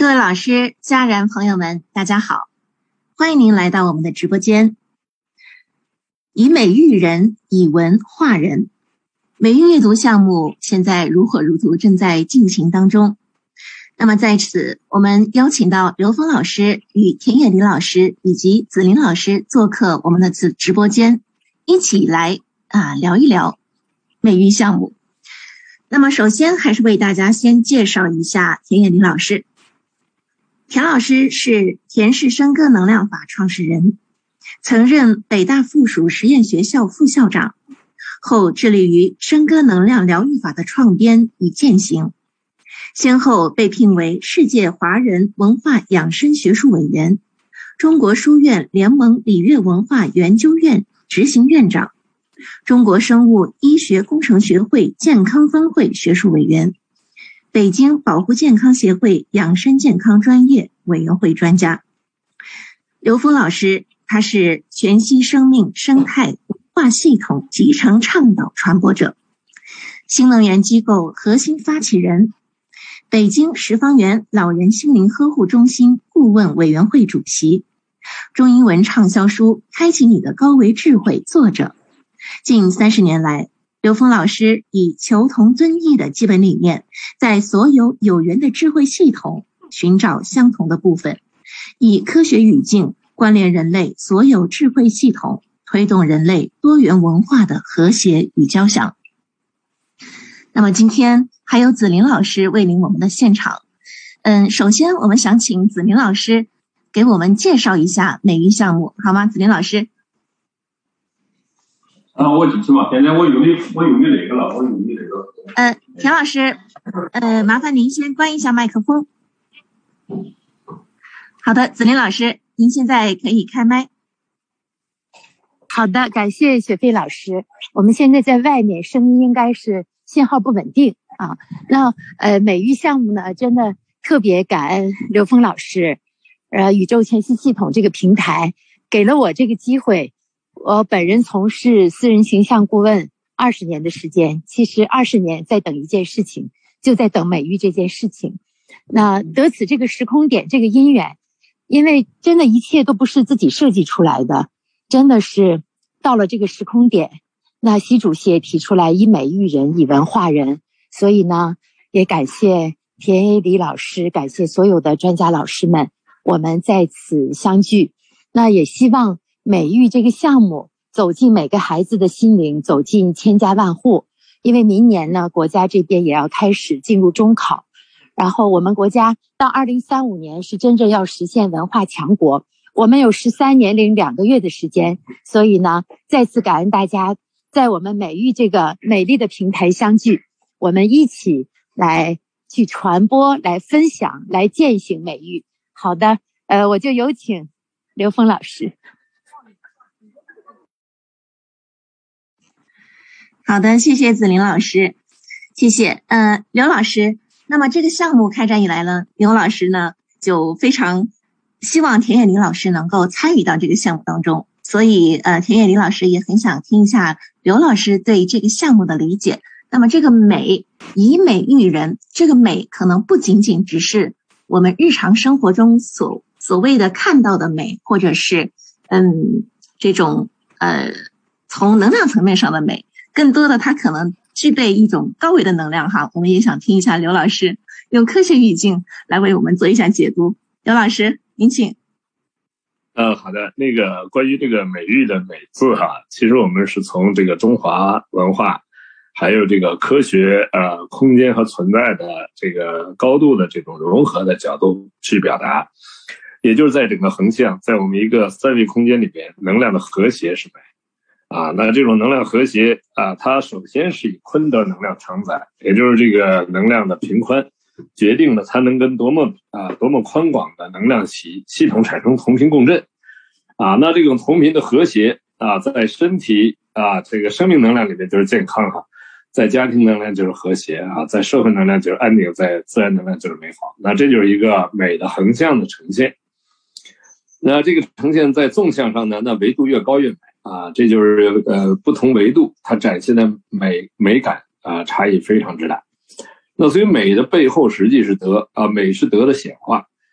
各位老师、家人、朋友们，大家好，欢迎您来到我们的直播间。以美育人，以文化人。美育阅读项目现在如火如荼，正在进行当中。那么在此，我们邀请到刘峰老师与田野梨老师以及子琳老师做客我们的直播间，一起来聊一聊美育项目。那么首先还是为大家先介绍一下田野梨老师。田老师是田氏笙歌能量法创始人，曾任北大附属实验学校副校长，后致力于笙歌能量疗愈法的创编与践行，先后被聘为世界华人文化养生学术委员、中国书院联盟礼乐文化研究院执行院长、中国生物医学工程学会健康分会学术委员、北京保护健康协会养生健康专业委员会专家。刘峰老师，他是全息生命生态文化系统集成倡导传播者，新能源机构核心发起人，北京十方园老人心灵呵护中心顾问委员会主席，中英文畅销书《开启你的高维智慧》作者。近30年来，刘峰老师以求同尊异的基本理念，在所有有缘的智慧系统寻找相同的部分，以科学语境关联人类所有智慧系统，推动人类多元文化的和谐与交响。那么今天还有子琳老师莅临我们的现场。首先我们想请子琳老师给我们介绍一下美育项目，好吗？子琳老师。 我只是嘛，现在我有那个了，我有那个。 田老师，麻烦您先关一下麦克风。好的，子琳老师，您现在可以开麦。 好的，感谢雪飞老师。我们现在在外面，声音应该是信号不稳定啊。那美育项目呢，真的特别感恩刘峰老师，宇宙全息系统这个平台给了我这个机会。我本人从事私人形象顾问20年的时间，其实20年在等一件事情，就在等美育这件事情。那得此这个时空点，这个因缘，因为真的一切都不是自己设计出来的，真的是到了这个时空点，那习主席也提出来以美育人，以文化人，所以呢，也感谢田野梨老师，感谢所有的专家老师们，我们在此相聚。那也希望美育这个项目走进每个孩子的心灵，走进千家万户。因为明年呢，国家这边也要开始进入中考，然后我们国家到2035年是真正要实现文化强国。我们有13年零2个月的时间，所以呢，再次感恩大家在我们美育这个美丽的平台相聚，我们一起来去传播，来分享，来践行美育。好的，我就有请刘峰老师。 好的，谢谢子琳老师，谢谢。刘老师，那么这个项目开展以来呢，刘老师呢就非常希望田野梨老师能够参与到这个项目当中，所以田野梨老师也很想听一下刘老师对这个项目的理解。那么这个美，以美育人，这个美可能不仅仅只是我们日常生活中所谓的看到的美，或者是这种从能量层面上的美，更多的它可能具备一种高维的能量哈。我们也想听一下刘老师用科学语境来为我们做一下解读。刘老师，您请。 好的，那个关于这个美育的美字哈，其实我们是从这个中华文化，还有这个科学空间和存在的这个高度的这种融合的角度去表达，也就是在整个横向，在我们一个3维空间里边，能量的和谐是美。那这种能量和谐它首先是以坤的能量承载，也就是这个能量的频宽，决定了它能跟多么宽广的能量系统产生同频共振。那这种同频的和谐在身体这个生命能量里面就是健康哈，在家庭能量就是和谐在社会能量就是安定，在自然能量就是美好。那这就是一个美的横向的呈现。那这个呈现在纵向上呢，那维度越高越美这就是不同维度它展现的美感差异非常之大。那所以美的背后实际是德美是德的显化，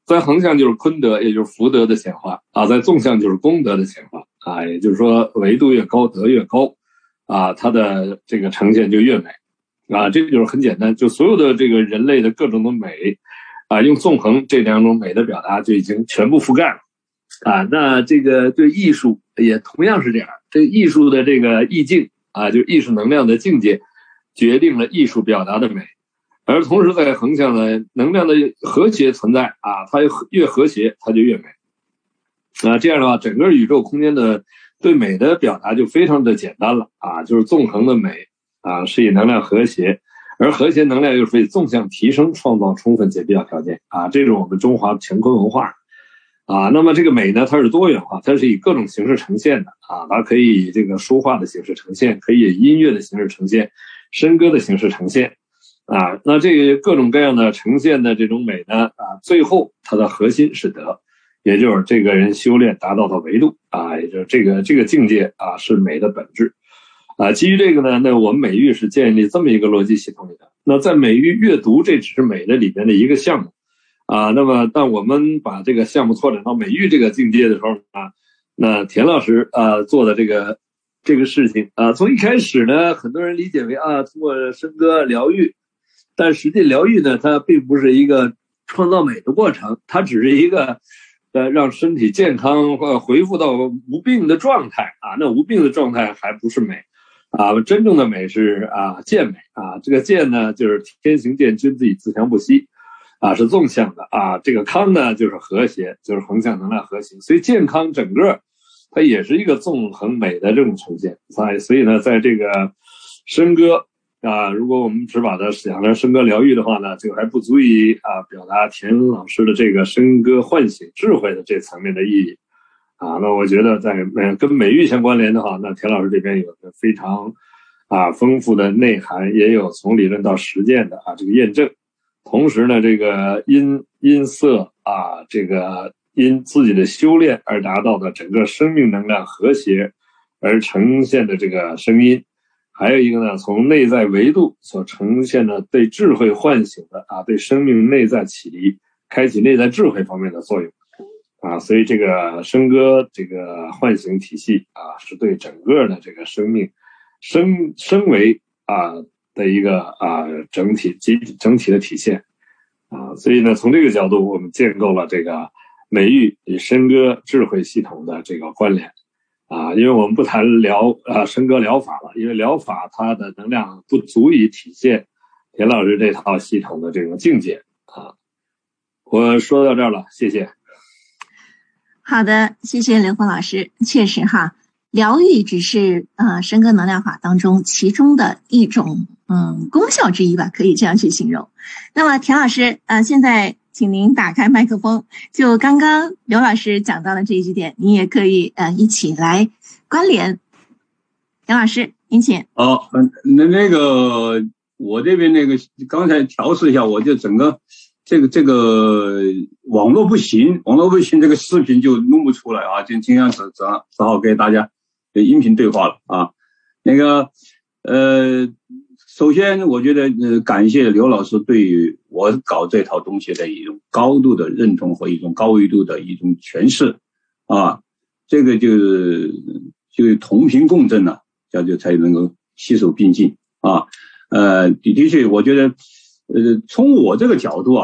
在横向就是坤德，也就是福德的显化啊，在纵向就是功德的显化啊，也就是说维度越高，德越高啊，它的这个呈现就越美啊，这就是很简单，就所有的这个人类的各种的美啊，用纵横这两种美的表达就已经全部覆盖了啊。那这个对艺术也同样是这样，这艺术的这个意境啊，就是艺术能量的境界，决定了艺术表达的美。而同时在横向的能量的和谐存在啊，它越和谐它就越美啊，这样的话整个宇宙空间的对美的表达就非常的简单了啊，就是纵横的美啊是以能量和谐，而和谐能量又是以纵向提升创造充分且必要条件啊，这是我们中华乾坤文化啊。那么这个美呢，它是多元化，它是以各种形式呈现的啊，它可以以这个书画的形式呈现，可以以音乐的形式呈现，笙歌的形式呈现啊。那这个各种各样的呈现的这种美呢啊，最后它的核心是德，也就是这个人修炼达到的维度啊，也就是这个境界啊是美的本质啊。基于这个呢，那我们美育是建立这么一个逻辑系统里的。那在美育阅读这只是美的里边的一个项目啊，那么当我们把这个项目拓展到美育这个境界的时候啊，那田老师做的这个事情啊，从一开始呢，很多人理解为啊通过笙歌疗愈，但实际疗愈呢，它并不是一个创造美的过程，它只是一个让身体健康或恢复到无病的状态啊。那无病的状态还不是美啊，真正的美是健美啊。这个健呢，就是天行健，君子以自强不息啊，是纵向的啊。这个康呢，就是和谐，就是横向能量和谐。所以健康整个它也是一个纵横美的这种呈现。所以呢，在这个笙歌啊，如果我们只把它想成笙歌疗愈的话呢，这个还不足以表达田老师的这个笙歌唤醒智慧的这层面的意义啊。那我觉得在跟美育相关联的话，那田老师这边有个非常丰富的内涵，也有从理论到实践的这个验证。同时呢，这个音色这个因自己的修炼而达到的整个生命能量和谐而呈现的这个声音。还有一个呢，从内在维度所呈现的对智慧唤醒的对生命内在启迪、开启内在智慧方面的作用所以这个笙歌这个唤醒体系是对整个的这个生命升维的一个整体的体现所以呢，从这个角度我们建构了这个美育与笙歌智慧系统的这个关联因为我们不谈笙歌疗法了，因为疗法它的能量不足以体现田老师这套系统的这种境界我说到这儿了，谢谢。 好的，谢谢刘峰老师。确实疗愈只是笙歌能量法当中其中的一种功效之一吧，可以这样去形容。那么田老师现在请您打开麦克风，就刚刚刘老师讲到的这几点，您也可以一起来关联。田老师，您请。 那个我这边那个刚才调试一下，我就整个这个网络不行，这个视频就弄不出来今天只好给大家音频对话了那个首先我觉得感谢刘老师对于我搞这套东西的一种高度的认同和一种高维度的一种诠释这个就同频共振了就才能够携手并进的确我觉得从我这个角度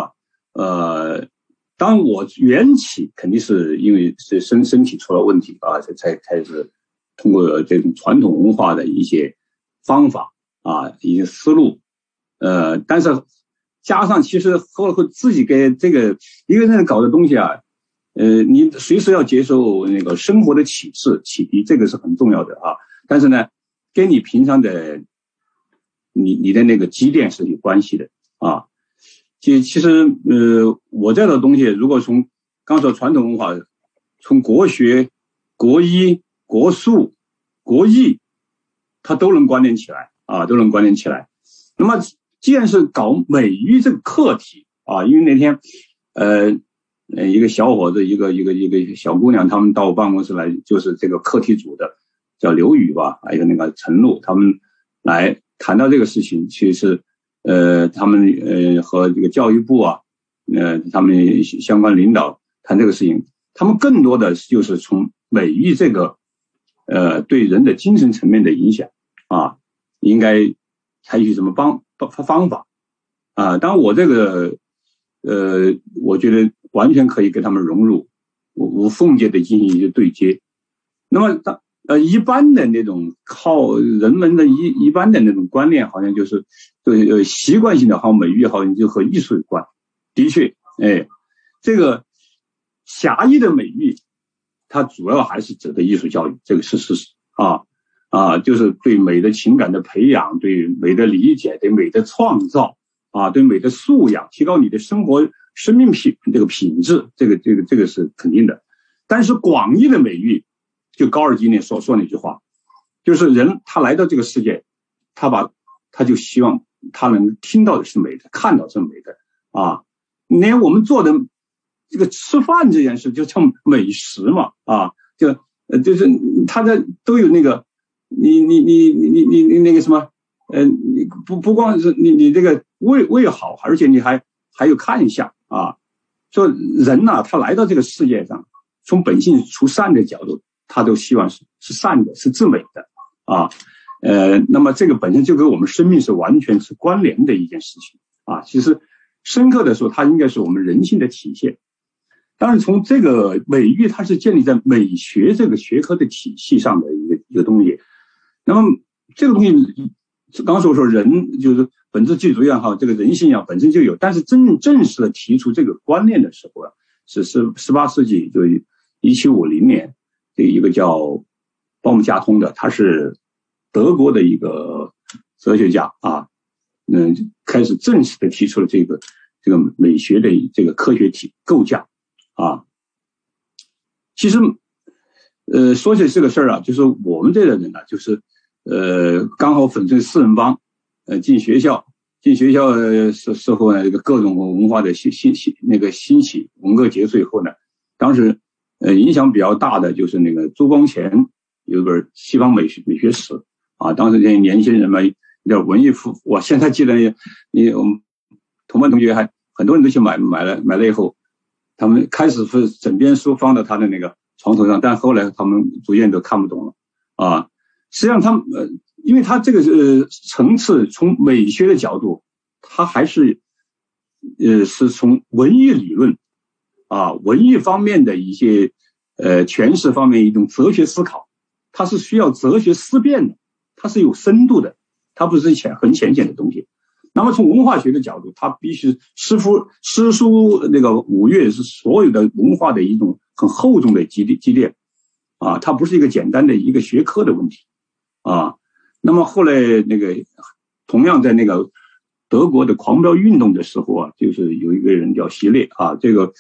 当我缘起肯定是因为是身体出了问题才开始通过这种传统文化的一些方法一些思路但是加上其实后来会自己给这个一个人搞的东西你随时要接受那个生活的启示启迪，这个是很重要的但是呢跟你平常的你的那个积淀是有关系的其实我这套东西如果从刚说传统文化，从国学、国医、国术、国艺，它都能关联起来那么既然是搞美育这个课题因为那天一个小伙子一个小姑娘他们到我办公室来，就是这个课题组的叫刘宇吧，还有那个陈露，他们来谈到这个事情，其实他们和这个教育部他们相关领导谈这个事情，他们更多的就是从美育这个对人的精神层面的影响啊，应该采取什么方法啊？当然我这个我觉得完全可以跟他们融入，无缝接的进行一些对接。那么一般的那种靠人们的一般的那种观念，好像就是对习惯性的好美育好像就和艺术有关。的确，这个狭义的美育，它主要还是指的艺术教育，这个是事实啊，就是对美的情感的培养，对美的理解，对美的创造啊，对美的素养，提高你的生命这个品质，这个是肯定的。但是广义的美育，就高尔基那说那句话，就是人他来到这个世界，他就希望他能听到的是美的，看到是美的啊。连我们做的这个吃饭这件事就叫美食嘛啊，就是他的都有那个你那个什么你不光是你这个胃好，而且你还有看相啊。说人呐，他来到这个世界上，从本性除善的角度，他都希望是善的，是至美的啊。那么这个本身就跟我们生命是完全是关联的一件事情啊。其实深刻的说，它应该是我们人性的体现。当然，从这个美育，它是建立在美学这个学科的体系上的一个东西。那么这个东西，刚说人就是本质具足也好，这个人性啊本身就有，但是正式的提出这个观念的时候啊，是18世纪，就1750年，这一个叫鲍姆加通的，他是德国的一个哲学家啊，开始正式的提出了这个美学的这个科学体构架啊。其实说起这个事儿啊，就是我们这代人呢，就是刚好粉碎四人帮，进学校时候呢，这个各种文化的兴起，文革结束以后呢，当时影响比较大的就是那个朱光潜有一本西方美学史啊，当时这些年轻人嘛，有点文艺复，我现在记得我们同班同学还很多人都去买了以后，他们开始是整篇书放到他的那个床头上，但后来他们逐渐都看不懂了啊。实际上他们因为他这个层次从美学的角度，他还是是从文艺理论啊，文艺方面的一些诠释方面一种哲学思考，它是需要哲学思辨的，它是有深度的，它不是很浅显的东西。那么从文化学的角度，它必须诗书那个五岳是所有的文化的一种很厚重的积淀啊，它不是一个简单的一个学科的问题啊。那么后来那个同样在那个德国的狂飙运动的时候啊，就是有一个人叫希列啊，这个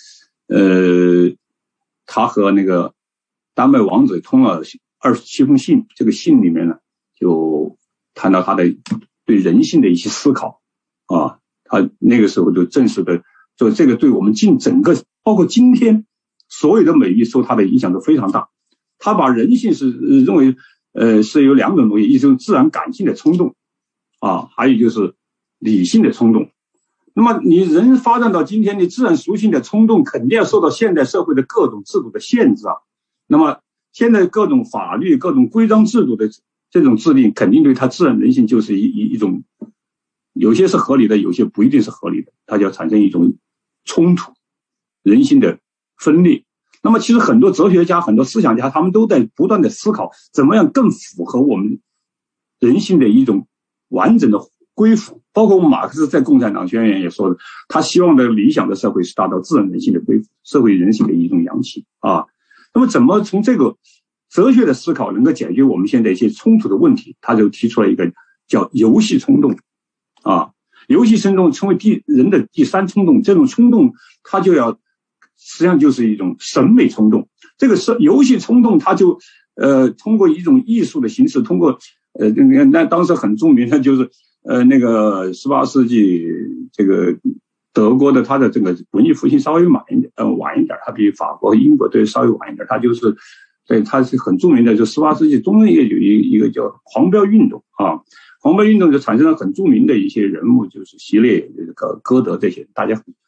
他和那个丹麦王子通了27封信，这个信里面呢就谈到他的对人性的一些思考啊，他那个时候就正式的说这个对我们整个包括今天所有的美育受他的影响都非常大。他把人性是认为是有两种东西，一种自然感性的冲动啊，还有就是理性的冲动。那么你人发展到今天，你自然属性的冲动肯定要受到现代社会的各种制度的限制啊。那么现在各种法律、各种规章制度的这种制定，肯定对它自然人性就是一种，有些是合理的，有些不一定是合理的，它就要产生一种冲突，人性的分裂。那么其实很多哲学家、很多思想家，他们都在不断的思考，怎么样更符合我们人性的一种完整的归属。包括马克思在《共产党宣言》也说的，他希望的理想的社会是达到自然人性的归属，社会人性的一种扬起啊。那么怎么从这个哲学的思考能够解决我们现在一些冲突的问题？他就提出了一个叫游戏冲动啊，游戏冲动成为人的第三冲动，这种冲动它就要实际上就是一种审美冲动。这个游戏冲动，它就通过一种艺术的形式，通过那当时很著名的就是那个18世纪这个德国的，它的这个文艺复兴稍微晚一点，它比法国、英国对稍微晚一点，它就是它是很著名的，就18世纪中叶有一个叫狂飙运动啊，狂飙运动就产生了很著名的一些人物，就是希列、歌德这些大家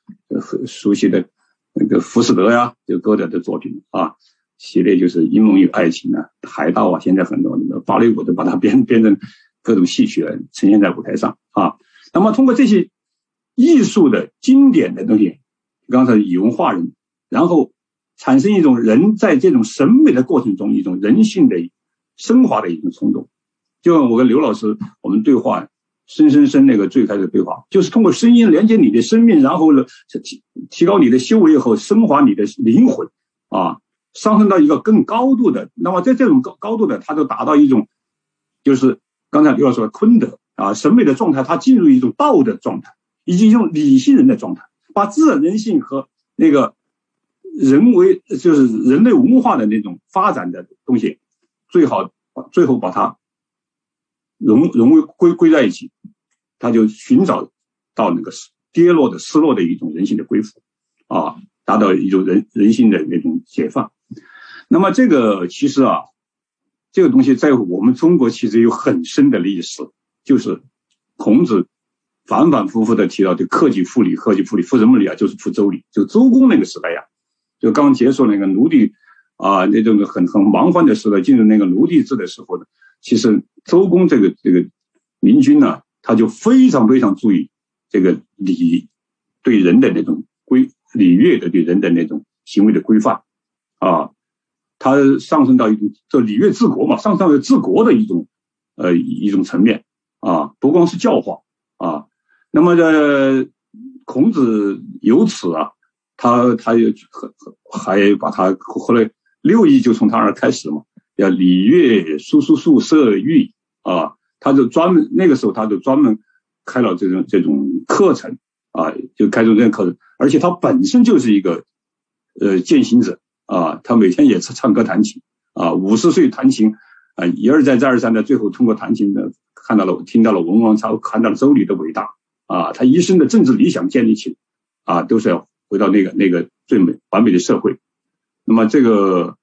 熟悉的那个浮士德呀，就歌德的作品啊，系列就是阴谋与爱情啊，海盗啊，现在很多芭蕾舞都把它编成各种戏曲呈现在舞台上啊。那么通过这些艺术的经典的东西，刚才以文化人，然后产生一种人在这种审美的过程中一种人性的升华的一种冲动。就我跟刘老师我们对话生那个最开始的对话，就是通过声音连接你的生命，然后呢提高你的修为后升华你的灵魂啊，上升到一个更高度的。那么在这种高度的，它就达到一种就是刚才刘老师说的坤德啊，审美的状态，它进入一种道的状态，以及一种理性人的状态，把自然人性和那个就是人类文化的那种发展的东西，最后把它融归在一起，他就寻找到那个跌落的失落的一种人性的归附啊，达到一种人性的那种解放。那么这个其实啊，这个东西在我们中国其实有很深的历史，就是孔子反反复复的提到，就克己复礼，复什么礼啊？就是复周礼，就周公那个时代呀，就刚结束那个奴隶啊，那种很蛮荒的时代，进入那个奴隶制的时候呢，其实周公这个明君呢，他就非常非常注意这个礼对人的那种礼乐的对人的那种行为的规范啊，他上升到一种这礼乐治国嘛，上升到治国的一种层面啊，不光是教化啊。那么孔子由此啊，他又还把他后来六艺就从他那儿开始嘛，要礼乐书射御啊，他就专门那个时候他就专门开了这种课程啊，就开这种课程，而且他本身就是一个践行者啊，他每天也是唱歌弹琴啊，50岁弹琴啊，一而再再而三的，最后通过弹琴的听到了文王操，看到了周礼的伟大啊，他一生的政治理想建立起啊，都是要回到那个最完美的社会。那么这个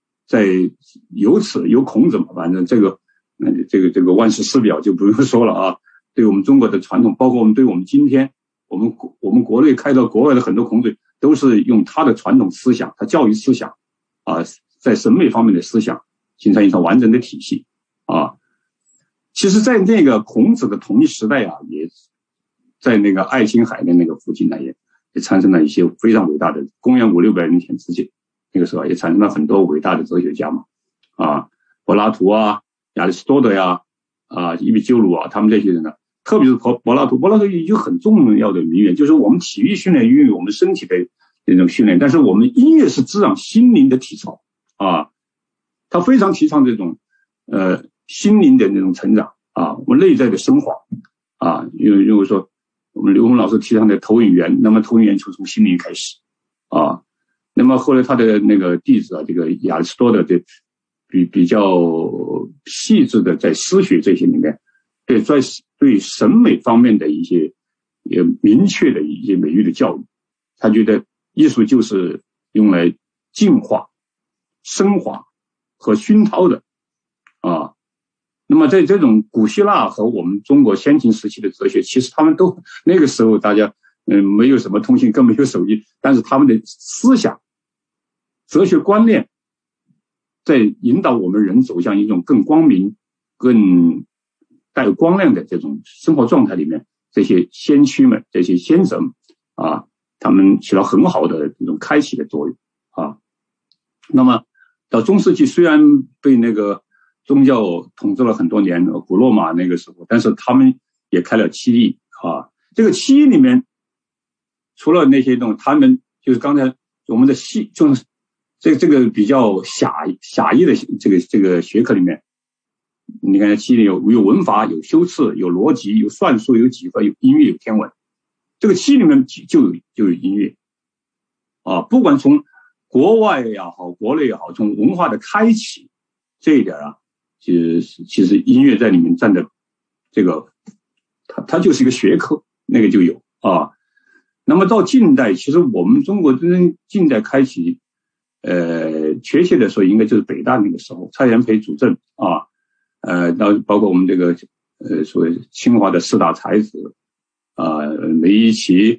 由孔子嘛，反正这个万世师表就不用说了啊。对我们中国的传统，包括对我们今天我们国内开到国外的很多孔子，都是用他的传统思想，他教育思想啊，在审美方面的思想形成一套完整的体系啊。其实在那个孔子的同一时代啊，也在那个爱琴海的那个附近呢，也产生了一些非常伟大的，公元500-600年前之间，那个时候也产生了很多伟大的哲学家嘛，啊，柏拉图啊，亚里士多德呀，啊，伊壁鸠鲁啊，他们这些人呢，特别是柏拉图有一句很重要的名言，就是我们体育训练因为我们身体的那种训练，但是我们音乐是滋养心灵的体操啊，他非常提倡这种心灵的那种成长啊，我们内在的升华啊，因为说我们刘洪老师提倡的投影源，那么投影源就从心灵开始啊。那么后来他的那个弟子啊，这个亚里士多德的比较细致的在诗学这些里面，对审美方面的一些也明确的一些美育的教育，他觉得艺术就是用来净化、升华和熏陶的啊。那么在这种古希腊和我们中国先秦时期的哲学，其实他们都那个时候大家没有什么通信，更没有手机，但是他们的思想、哲学观念在引导我们人走向一种更光明、更带有光亮的这种生活状态里面，这些先驱们、这些先哲们啊，他们起到很好的这种开启的作用啊。那么到中世纪，虽然被那个宗教统治了很多年，古罗马那个时候，但是他们也开了七艺啊。这个七艺里面，除了那些东西，他们就是刚才我们的就是这个比较狭义的这个学科里面，你看七艺有文法、有修辞、有逻辑、有算术、有几何、有音乐、有天文。这个七里面就有音乐啊，不管从国外也好，国内也好，从文化的开启这一点啊，其实音乐在里面占的这个，它就是一个学科，那个就有啊。那么到近代，其实我们中国真正近代开启，确切的说，应该就是北大那个时候，蔡元培主政啊，到包括我们这个所谓清华的4大才子啊，梅贻琦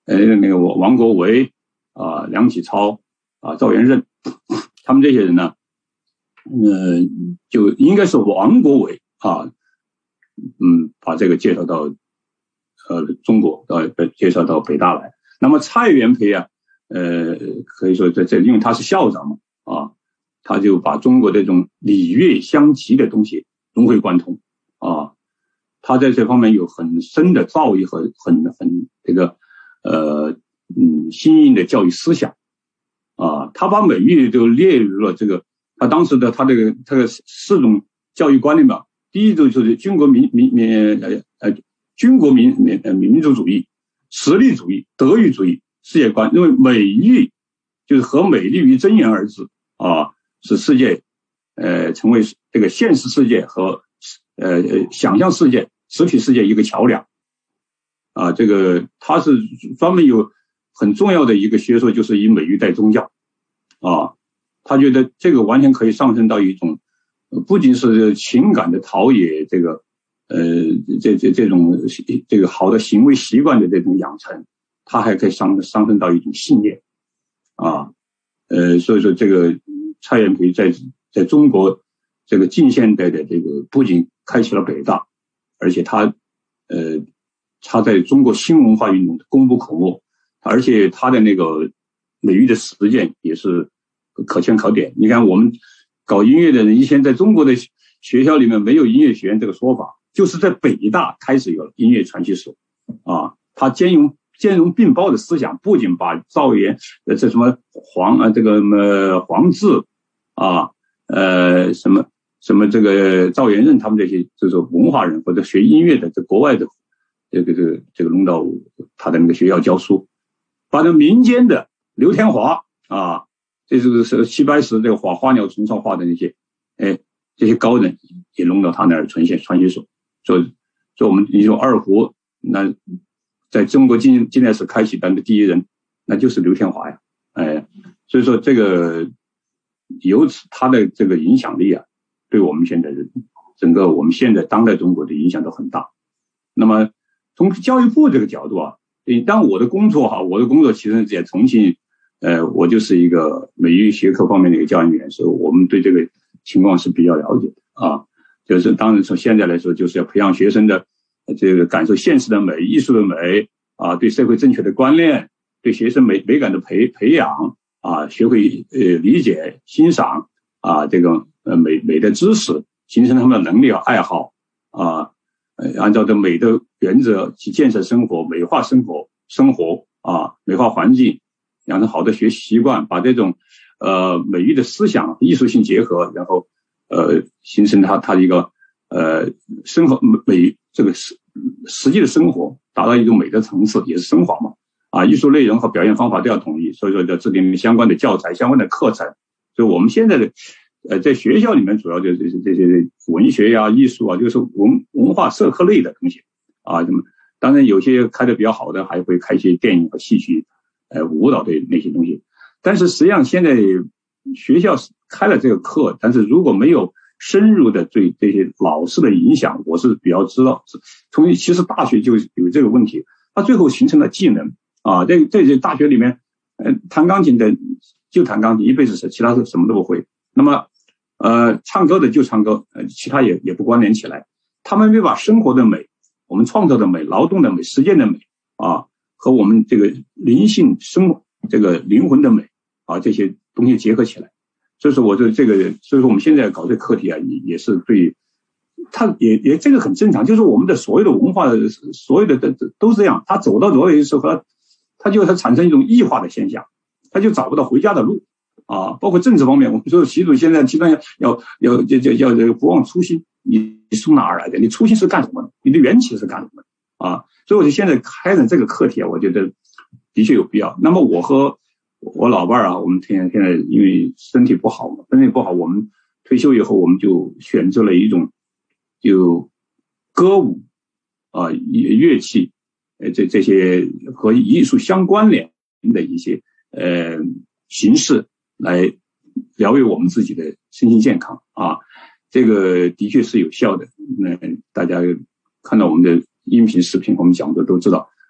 那个王国维啊、梁启超啊、赵元任，他们这些人呢，就应该是王国维啊，把这个介绍到中国，介绍到北大来。那么蔡元培啊，可以说在因为他是校长嘛，啊，他就把中国这种礼乐相齐的东西融会贯通啊，他在这方面有很深的造诣和很这个新颖的教育思想啊，他把美育就列入了这个他当时的他这个4种教育观念吧。第一种就是军国民族主义、实力主义、德育主义世界观，认为美育就是和美丽于真言而治啊，使世界成为这个现实世界和想象世界、实体世界一个桥梁啊。这个他是专门有很重要的一个学说，就是以美育代宗教啊。他觉得这个完全可以上升到一种不仅是情感的陶冶，这个这种这个好的行为习惯的这种养成，它还可以上升到一种信念啊。所以说这个蔡元培在中国这个近现代的这个不仅开启了北大，而且他在中国新文化运动功不可没，而且他的那个美育的实践也是可圈可点。你看我们搞音乐的人，以前在中国的学校里面没有音乐学院这个说法，就是在北大开始有了音乐传习所啊。他兼容并包的思想，不仅把赵元这什么黄志啊什么这个赵元任他们这些就是文化人或者学音乐的在国外的这个弄到他的那个学校教书，把那民间的刘天华啊，这是齐白石这个画花鸟虫草画的那些这些高人也弄到他那儿传习所。所以我们你说二胡，那在中国近代史开启的第一人，那就是刘天华呀。所以说这个由此他的这个影响力啊，对我们现在整个我们现在当代中国的影响都很大。那么从教育部这个角度啊，当我的工作其实在重庆，我就是一个美育学科方面的一个教育员，所以我们对这个情况是比较了解的啊。就是当然从现在来说，就是要培养学生的这个感受现实的美、艺术的美啊，对社会正确的观念，对学生美感的培养啊，学会理解欣赏啊这个美的知识，形成他们的能力和爱好啊，按照这美的原则去建设生活，美化生活啊，美化环境，养成好的学习习惯，把这种美育的思想艺术性结合，然后形成他的一个生活美这个实际的生活，达到一种美的层次，也是升华嘛啊，艺术内容和表现方法都要统一，所以说要制定相关的教材、相关的课程。所以我们现在的在学校里面主要就是这些文学呀、艺术啊，就是文化社科类的东西啊。当然有些开的比较好的，还会开一些电影和戏剧、舞蹈的那些东西。但是实际上现在学校开了这个课，但是如果没有深入的对这些老师的影响，我是比较知道。其实大学就有这个问题，它最后形成了技能啊。这些大学里面，弹钢琴的就弹钢琴，一辈子其他是什么都不会。那么唱歌的就唱歌，其他也不关联起来。他们没把生活的美、我们创造的美、劳动的美、实践的美啊，和我们这个灵性这个灵魂的美啊，这些东西结合起来。所以说所以说我们现在搞这个课题啊，也是对他也这个很正常，就是我们的所有的文化的所有的都是这样，他走到的时候，他产生一种异化的现象，他就找不到回家的路啊。包括政治方面，我们说习主席现在其实要不忘初心，你从哪儿来的？你初心是干什么的？你的缘起是干什么的啊？所以我就现在开展这个课题啊，我觉得的确有必要。那么我和我老伴啊，我们现在因为身体不好嘛，我们退休以后，我们就选择了一种就歌舞啊、乐器这些和艺术相关联的一些形式来疗愈我们自己的身心健康啊。这个的确是有效的。那大家看到我们的音频视频，我们讲的都知道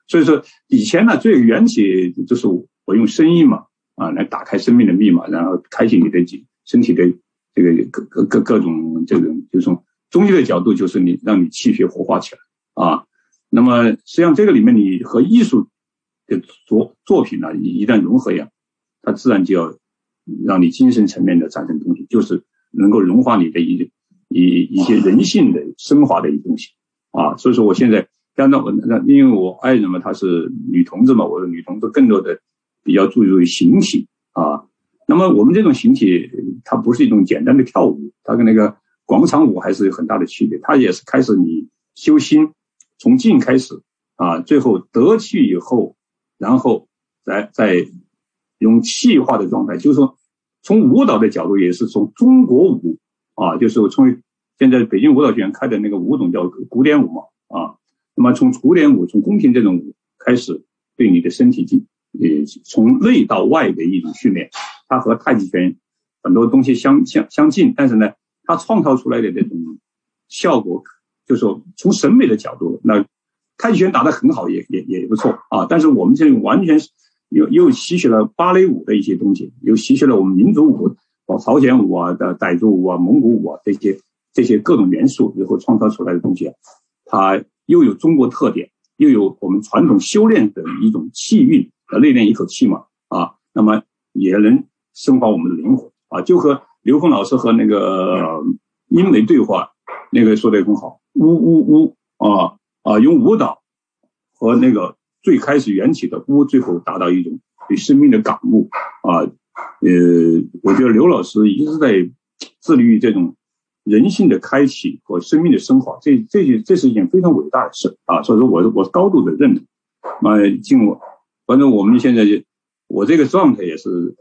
所以说以前呢，最缘起就是我用声音嘛，来打开生命的密码，然后开启你的身体的这个各种这种，就是从中医的角度，就是让你气血活化起来啊。那么实际上这个里面你和艺术的作品呢，一旦融合呀，它自然就要让你精神层面的产生东西，就是能够融化你的一些人性的升华的一东西啊。所以说我现在因为我爱人嘛，她是女同志嘛，我的女同志更多的比较注重于形体啊。那么我们这种形体，它不是一种简单的跳舞，它跟那个广场舞还是有很大的区别。它也是开始你修心，从静开始啊，最后得气以后，然后再用气化的状态，就是说从舞蹈的角度，也是从中国舞啊，就是从现在北京舞蹈学院开的那个舞种叫古典舞嘛啊。那么从古典舞，从宫廷这种舞开始，对你的身体从内到外的一种训练，它和太极拳很多东西相近，但是呢，它创造出来的这种效果，就是说从审美的角度，那太极拳打得很好，也不错啊。但是我们这种完全是又吸取了芭蕾舞的一些东西，又吸取了我们民族舞，朝鲜舞啊、傣族舞啊、蒙古舞啊这些各种元素，然后创造出来的东西，它又有中国特点，又有我们传统修炼的一种气韵，内练一口气嘛啊，那么也能升华我们的灵魂啊。就和刘峰老师和那个英梅对话，那个说的很好，呜用舞蹈和那个最开始缘起的最后达到一种对生命的感悟啊。我觉得刘老师一直在致力于这种人性的开启和生命的升华，这是一件非常伟大的事啊。所以说我高度的认同。反正我们现在我这个状态也是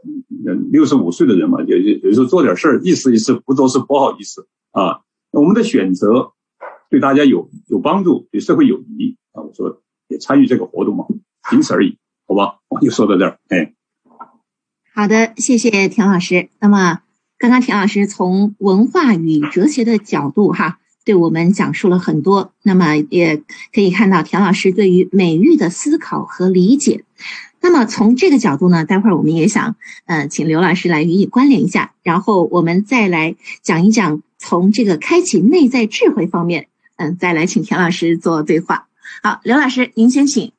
65岁的人嘛，有时候做点事儿，意思不做是不好意思啊。我们的选择对大家有帮助，对社会有益啊。我说也参与这个活动嘛，仅此而已，好吧？我就说到这儿。 好的，谢谢田老师。那么刚刚田老师从文化与哲学的角度对我们讲述了很多，那么也可以看到田老师对于美育的思考和理解。那么从这个角度呢，待会儿我们也想请刘老师来予以关联一下，然后我们再来讲一讲从这个开启内在智慧方面，再来请田老师做对话。好，刘老师您先请。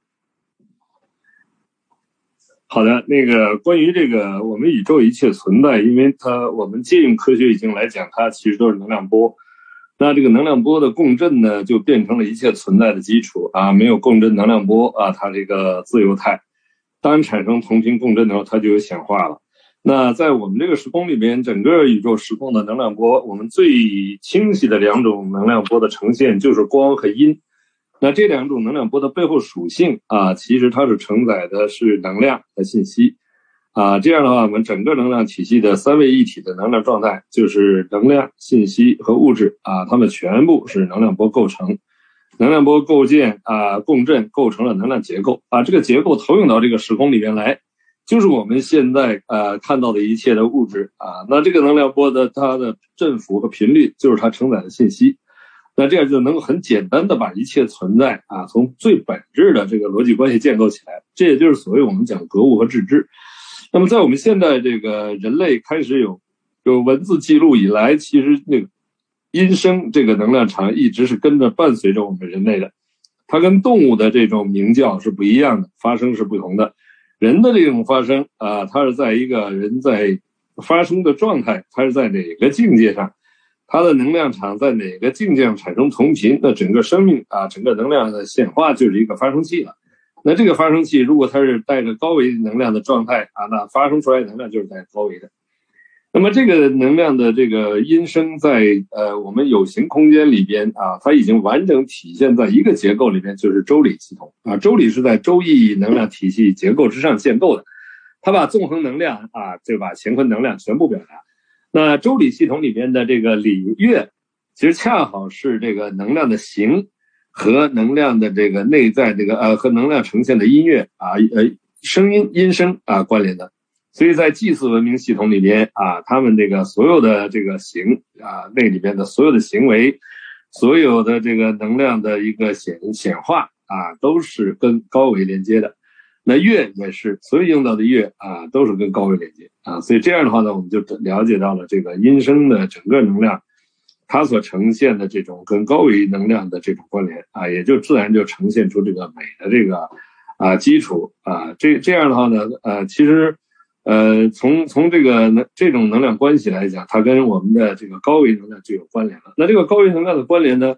好的，关于这个我们宇宙一切存在，因为我们借用科学已经来讲，它其实都是能量波。那这个能量波的共振呢，就变成了一切存在的基础啊。没有共振能量波啊，它这个自由态，当产生同频共振的时候，它就有显化了。那在我们这个时空里边，整个宇宙时空的能量波，我们最清晰的两种能量波的呈现就是光和阴。那这两种能量波的背后属性啊，其实它是承载的是能量和信息啊。这样的话，我们整个能量体系的三位一体的能量状态，就是能量、信息和物质啊，它们全部是能量波构成。能量波构建共振构成了能量结构啊，这个结构投影到这个时空里边来，就是我们现在看到的一切的物质啊。那这个能量波的它的振幅和频率，就是它承载的信息。那这样就能够很简单的把一切存在从最本质的这个逻辑关系建构起来，这也就是所谓我们讲格物和致知。那么在我们现在这个人类开始有文字记录以来，其实那个音声这个能量场一直是跟着伴随着我们人类的，它跟动物的这种鸣叫是不一样的，发声是不同的。人的这种发声它是在一个人在发声的状态，它是在哪个境界上，它的能量场在哪个境界上产生同频，那整个生命整个能量的显化就是一个发生器了。那这个发生器如果它是带着高维能量的状态那发生出来的能量就是带高维的。那么这个能量的这个音声在我们有形空间里边它已经完整体现在一个结构里边，就是周礼系统周礼是在周易能量体系结构之上建构的，它把纵横能量就把乾坤能量全部表达。那周礼系统里边的这个礼乐，其实恰好是这个能量的形和能量的这个内在这个和能量呈现的音乐声音音声关联的。所以在祭祀文明系统里边他们这个所有的这个形那里边的所有的行为，所有的这个能量的一个显化都是跟高维连接的。那乐也是，所有用到的乐都是跟高维连接所以这样的话呢，我们就了解到了这个音声的整个能量，它所呈现的这种跟高维能量的这种关联也就自然就呈现出这个美的这个基础这样的话呢其实从这种能量关系来讲，它跟我们的这个高维能量就有关联了。那这个高维能量的关联呢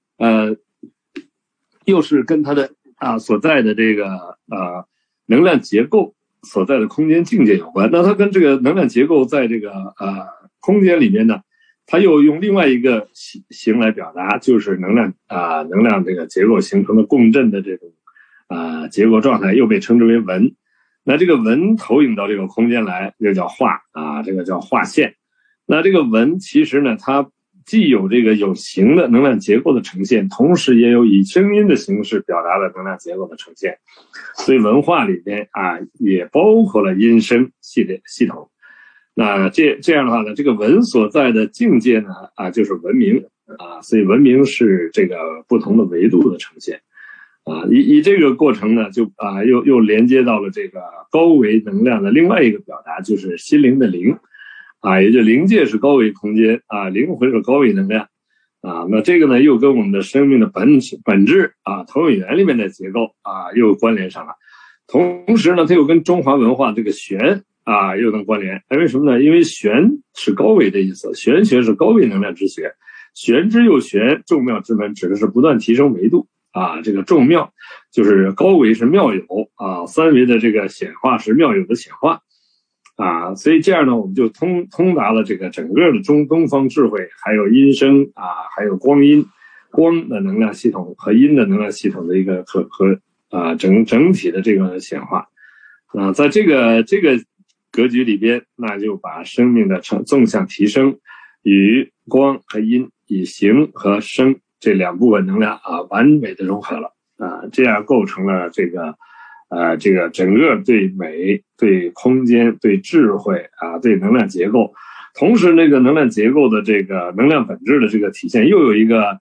又是跟它的所在的这个能量结构所在的空间境界有关。那它跟这个能量结构在这个空间里面呢，它又用另外一个形来表达，就是能量这个结构形成的共振的这种结构状态，又被称之为纹。那这个纹投影到这个空间来，就叫画这个叫画线。那这个纹其实呢，它既有这个有形的能量结构的呈现，同时也有以声音的形式表达的能量结构的呈现。所以文化里边也包括了音声系统。那这样的话呢，这个文所在的境界呢就是文明所以文明是这个不同的维度的呈现以这个过程呢，就又连接到了这个高维能量的另外一个表达，就是心灵的灵也就灵界是高维空间灵魂是高维能量那这个呢又跟我们的生命的本质投影源里面的结构又关联上了。同时呢，它又跟中华文化这个玄又能关联。为什么呢？因为玄是高维的意思，玄学是高维能量之学，玄之又玄，众妙之门，指的是不断提升维度这个众妙就是高维是妙有三维的这个显化是妙有的显化所以这样呢，我们就通达了这个整个的东方智慧，还有音声还有光的能量系统和音的能量系统的一个和整体的这个显化在这个格局里边，那就把生命的纵向提升与光和音，以形和声这两部分能量完美的融合了这样构成了这个整个对美、对空间、对智慧对能量结构，同时那个能量结构的这个能量本质的这个体现，又有一个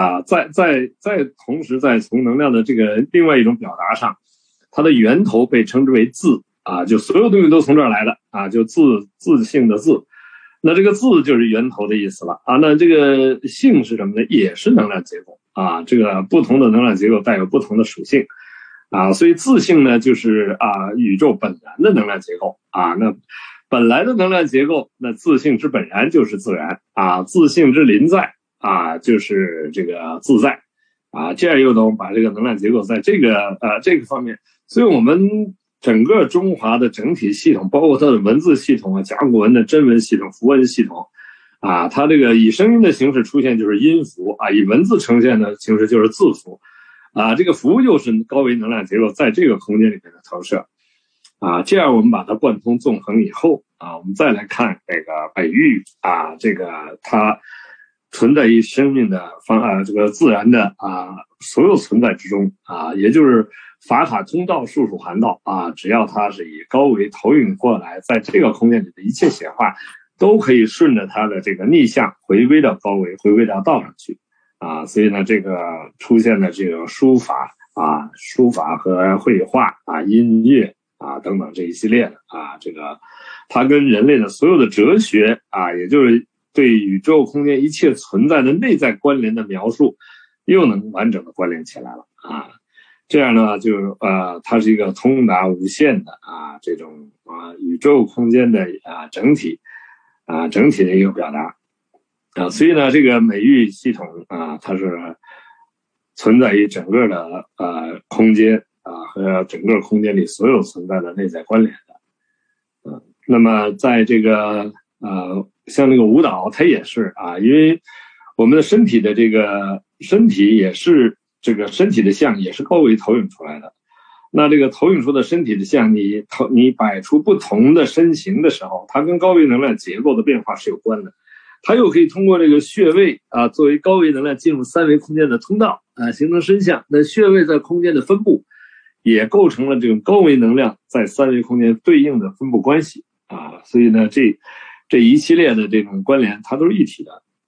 同时在从能量的这个另外一种表达上，它的源头被称之为字就所有东西都从这儿来的就自性的字。那这个字就是源头的意思了那这个性是什么呢？也是能量结构这个不同的能量结构带有不同的属性所以自性呢就是宇宙本然的能量结构那本来的能量结构，那自性之本然就是自然自性之临在就是这个自在这样又能把这个能量结构在这个方面。所以我们整个中华的整体系统，包括它的文字系统甲骨文的真文系统、符文系统它这个以声音的形式出现就是音符以文字呈现的形式就是字符这个符又是高维能量结构在这个空间里面的投射这样我们把它贯通纵横以后我们再来看这个北域这个它存在于生命的这个自然的所有存在之中也就是法塔通道术数含道只要它是以高维投影过来，在这个空间里的一切显化都可以顺着它的这个逆向回归到高维，回归到道上去所以呢这个出现的这个书法和绘画音乐等等这一系列的这个它跟人类的所有的哲学也就是对宇宙空间一切存在的内在关联的描述又能完整的关联起来了这样呢就它是一个通达无限的这种宇宙空间的整体的一个表达所以呢这个美域系统它是存在于整个的空间和整个空间里所有存在的内在关联的那么在这个像这个舞蹈它也是因为我们的身体的这个身体也是这个身体的像也是高维投影出来的。那这个投影出的身体的像你摆出不同的身形的时候，它跟高维能量结构的变化是有关的。它又可以通过这个穴位作为高维能量进入三维空间的通道形成身像。那穴位在空间的分布也构成了这种高维能量在三维空间对应的分布关系所以呢这一系列的这种关联它都是一体的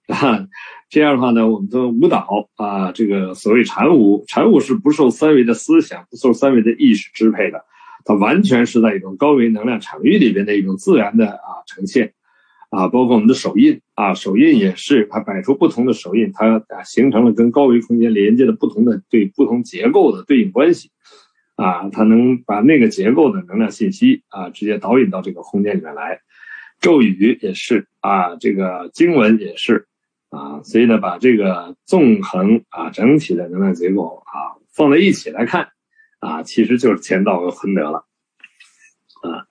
这样的话呢，我们的舞蹈啊，这个所谓禅舞是不受三维的思想、不受三维的意识支配的，它完全是在一种高维能量场域里边的一种自然的呈现啊，包括我们的手印啊，手印也是它摆出不同的手印，它形成了跟高维空间连接的不同的对不同结构的对应关系啊，它能把那个结构的能量信息啊直接导引到这个空间里面来。咒语也是啊，这个经文也是啊，所以呢，把这个纵横啊整体的能量结构啊放在一起来看啊，其实就是乾道和坤德了啊。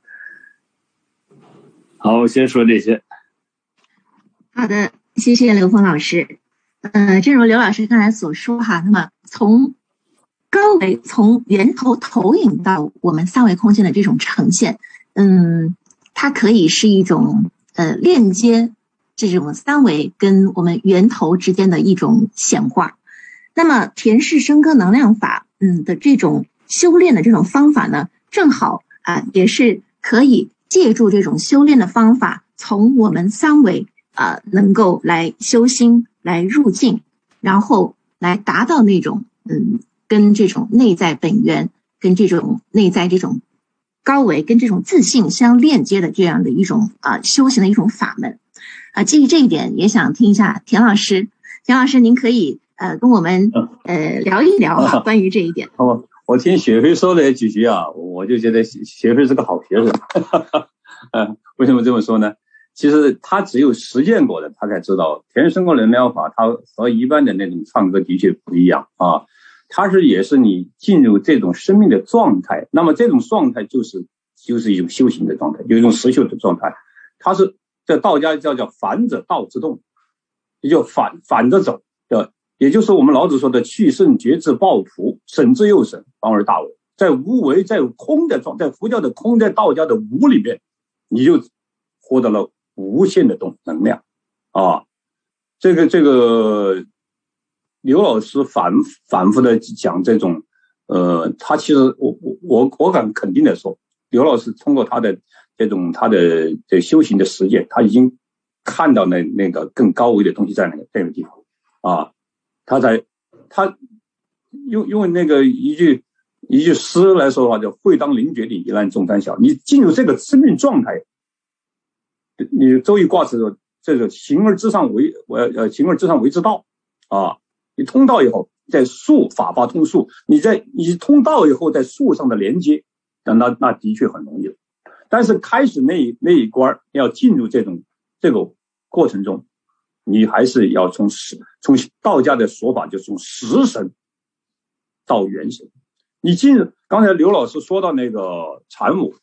好，我先说这些。 好的，谢谢刘峰老师。正如刘老师刚才所说哈，那么从高维从源头投影到我们三维空间的这种呈现，它可以是一种链接这种三维跟我们源头之间的一种显化。那么田氏声歌能量法的这种修炼的这种方法呢，正好也是可以借助这种修炼的方法，从我们三维能够来修心来入境，然后来达到那种跟这种内在本源跟这种内在这种高维跟这种自信相链接的这样的一种修行的一种法门基于这一点，也想听一下田老师您可以跟我们聊一聊关于这一点。 我听雪飞说了几句我就觉得雪飞是个好学生为什么这么说呢？其实他只有实践过的，他才知道田声歌能量法它和一般的那种唱歌的确不一样它也是你进入这种生命的状态，那么这种状态就是一种修行的状态，有一种实修的状态。它是在道家叫反者道之动，也就反着走也就是我们老子说的去圣觉智抱朴，省之又省，方而大为。在无为在空的状态，在佛教的空，在道家的无里边，你就获得了无限的能量这个刘老师反复的讲这种他其实我敢肯定的说，刘老师通过他的这修行的实践，他已经看到那个更高维的东西在那个地方他用那个一句诗来说的话，叫会当凌绝顶，一览众山小。你进入这个生命状态，你周易卦辞说这个形而之上为之道你通道以后，在术法八通术，你通道以后，在术上的连接，那的确很容易。但是开始那一关要进入这个过程中，你还是要从道家的说法，就从识神到元神。你刚才刘老师说到那个禅舞，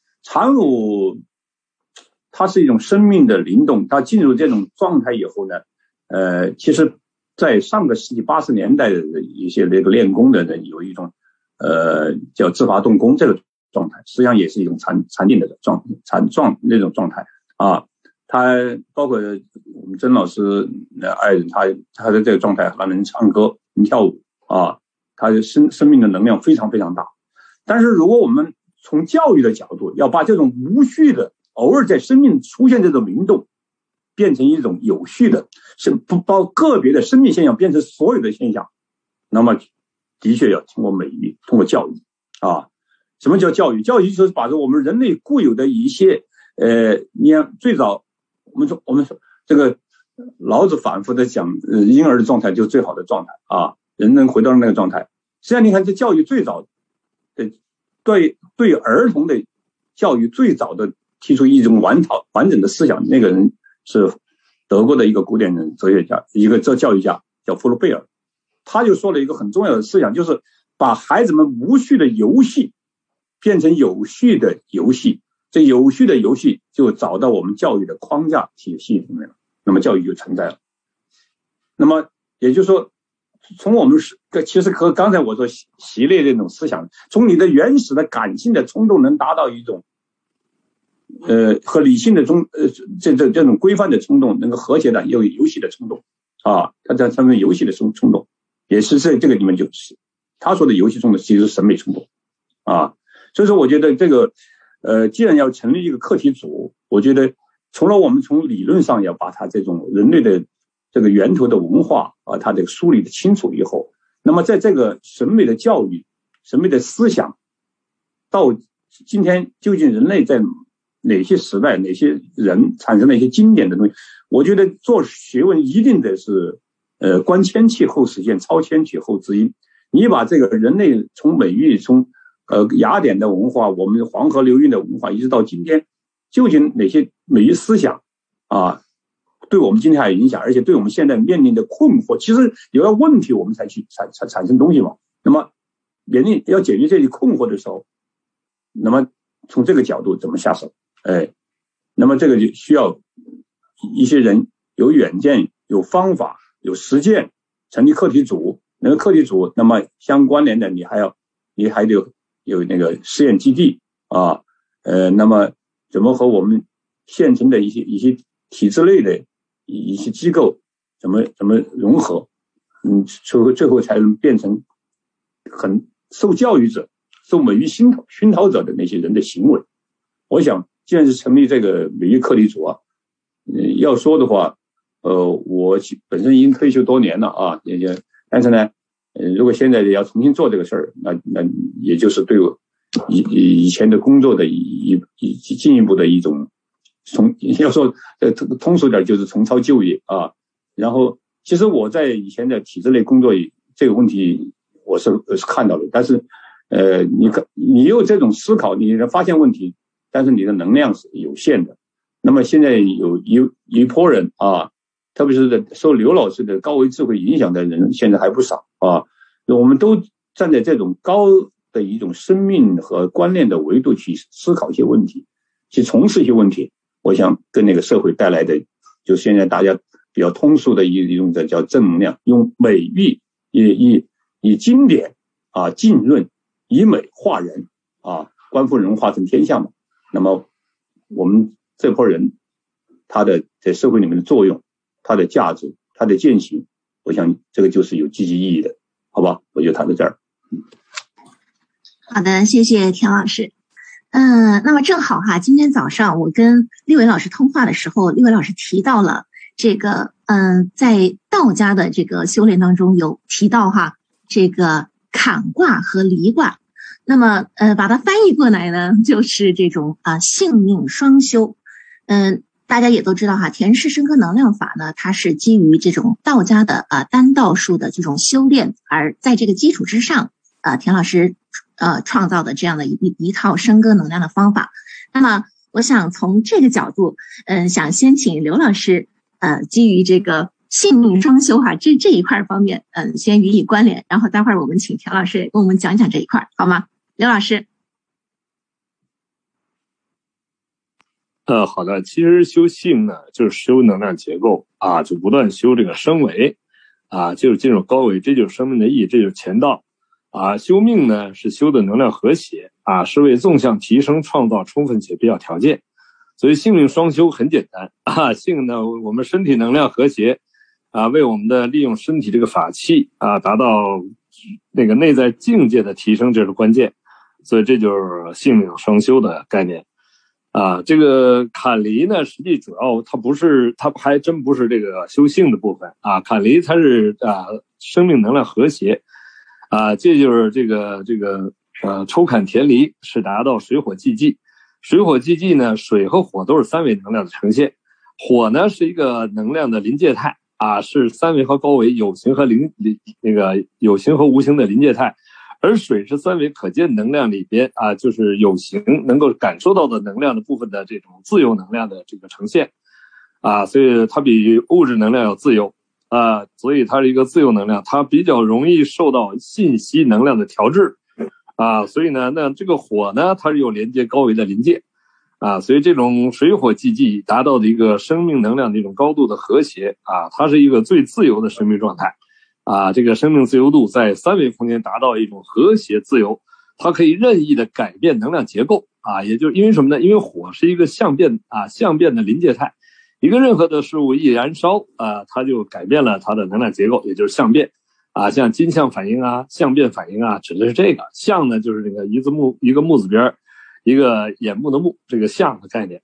它是一种生命的灵动，它进入这种状态以后呢，其实在上个世纪80年代的一些那个练功的人有一种叫自发动功这个状态，实际上也是一种禅定的那种状态他包括我们曾老师爱人，他的这个状态，他能唱歌能跳舞他的生命的能量非常非常大。但是如果我们从教育的角度，要把这种无序的偶尔在生命出现这种灵动变成一种有序的，是不包个别的生命现象变成所有的现象，那么的确要通过美育，通过教育什么叫教育？教育就是把我们人类固有的一些你看最早我们说这个老子反复的讲婴儿的状态就是最好的状态人能回到那个状态。实际上你看这教育最早的对儿童的教育最早的提出一种完整的思想，那个人是德国的一个古典哲学家，一个教育家叫弗洛贝尔。他就说了一个很重要的思想，就是把孩子们无序的游戏变成有序的游戏，这有序的游戏就找到我们教育的框架体系里面了，那么教育就存在了。那么也就是说，从我们其实和刚才我说习练这种思想，从你的原始的感性的冲动能达到一种和理性的这种规范的冲动能够和谐的有游戏的冲动他在上面游戏的冲动，也是在这个里面就是他说的游戏冲动其实是审美冲动所以说我觉得这个既然要成立一个课题组，我觉得除了我们从理论上要把它这种人类的这个源头的文化啊，它这个梳理的清楚以后，那么在这个审美的教育、审美的思想，到今天究竟人类在哪些时代、哪些人产生了一些经典的东西？我觉得做学问一定得是观千器后实现，超千曲后知音。你把这个人类从美玉，从雅典的文化，我们黄河流域的文化，一直到今天，究竟哪些美玉思想啊，对我们今天还有影响，而且对我们现在面临的困惑，其实有了问题我们才去产生东西嘛。那么面临要解决这些困惑的时候，那么从这个角度怎么下手？那么这个就需要一些人有远见、有方法、有实践，成立课题组。那个课题组，那么相关联的你还得有那个实验基地啊，那么怎么和我们现成的一些体制内的一些机构怎么融合，最后才能变成很受教育者、受美育熏陶者的那些人的行为。我想，既然是成立这个美育课题组啊，要说的话，我本身已经退休多年了啊，但是呢，如果现在要重新做这个事儿，那也就是对我以前的工作的进一步的一种要说通俗点就是重操旧业啊。然后，其实我在以前的体制内工作这个问题我是看到的，但是你有这种思考，你能发现问题，但是你的能量是有限的。那么现在有一波人啊，特别是受刘老师的高维智慧影响的人，现在还不少啊。我们都站在这种高的一种生命和观念的维度去思考一些问题，去从事一些问题。我想跟那个社会带来的，就现在大家比较通俗的一种叫正能量，用美育以经典啊浸润，以美化人啊，观复人化成天下嘛。那么我们这波人，他的在社会里面的作用，他的价值，他的践行，我想这个就是有积极意义的，好吧？我就谈到这儿。 好的，谢谢田老师。那么正好哈，今天早上我跟立伟老师通话的时候，立伟老师提到了这个，在道家的这个修炼当中有提到哈，这个坎卦和离卦。那么把它翻译过来呢，就是这种性命双修。大家也都知道哈，田氏生科能量法呢，它是基于这种道家的丹道术的这种修炼，而在这个基础之上，田老师创造的这样的一套生歌能量的方法。那么我想从这个角度，想先请刘老师基于这个性命双修哈这一块方面，先予以关联，然后待会儿我们请田老师跟我们讲讲这一块，好吗？刘老师。 好的。其实修性呢，就是修能量结构啊，就不断修这个升维啊，就是进入高维，这就是生命的意义，这就是乾道啊。修命呢，是修的能量和谐啊，是为纵向提升创造充分且必要条件。所以性命双修很简单啊，性呢，我们身体能量和谐啊，为我们的利用身体这个法器啊，达到那个内在境界的提升，这是关键。所以这就是性命双修的概念啊。这个坎离呢，实际主要它还真不是这个修性的部分啊。坎离它是生命能量和谐啊，这就是这个抽坎填离是达到水火既济。水火既济呢，水和火都是三维能量的呈现，火呢是一个能量的临界态啊，是三维和高维有形和有形和无形的临界态。而水是三维可见能量里边啊，就是有形能够感受到的能量的部分的这种自由能量的这个呈现啊，所以它比物质能量要自由啊，所以它是一个自由能量，它比较容易受到信息能量的调制啊，所以呢，那这个火呢，它是有连接高维的临界啊，所以这种水火既济达到的一个生命能量的一种高度的和谐啊，它是一个最自由的生命状态。啊，这个生命自由度在三维空间达到一种和谐自由，它可以任意的改变能量结构啊，也就是因为什么呢？因为火是一个相变的临界态，一个任何的事物一燃烧啊，它就改变了它的能量结构，也就是相变啊，像金相反应啊、相变反应啊，指的是这个。相呢，就是这个一个木字边一个眼目的目，这个相的概念。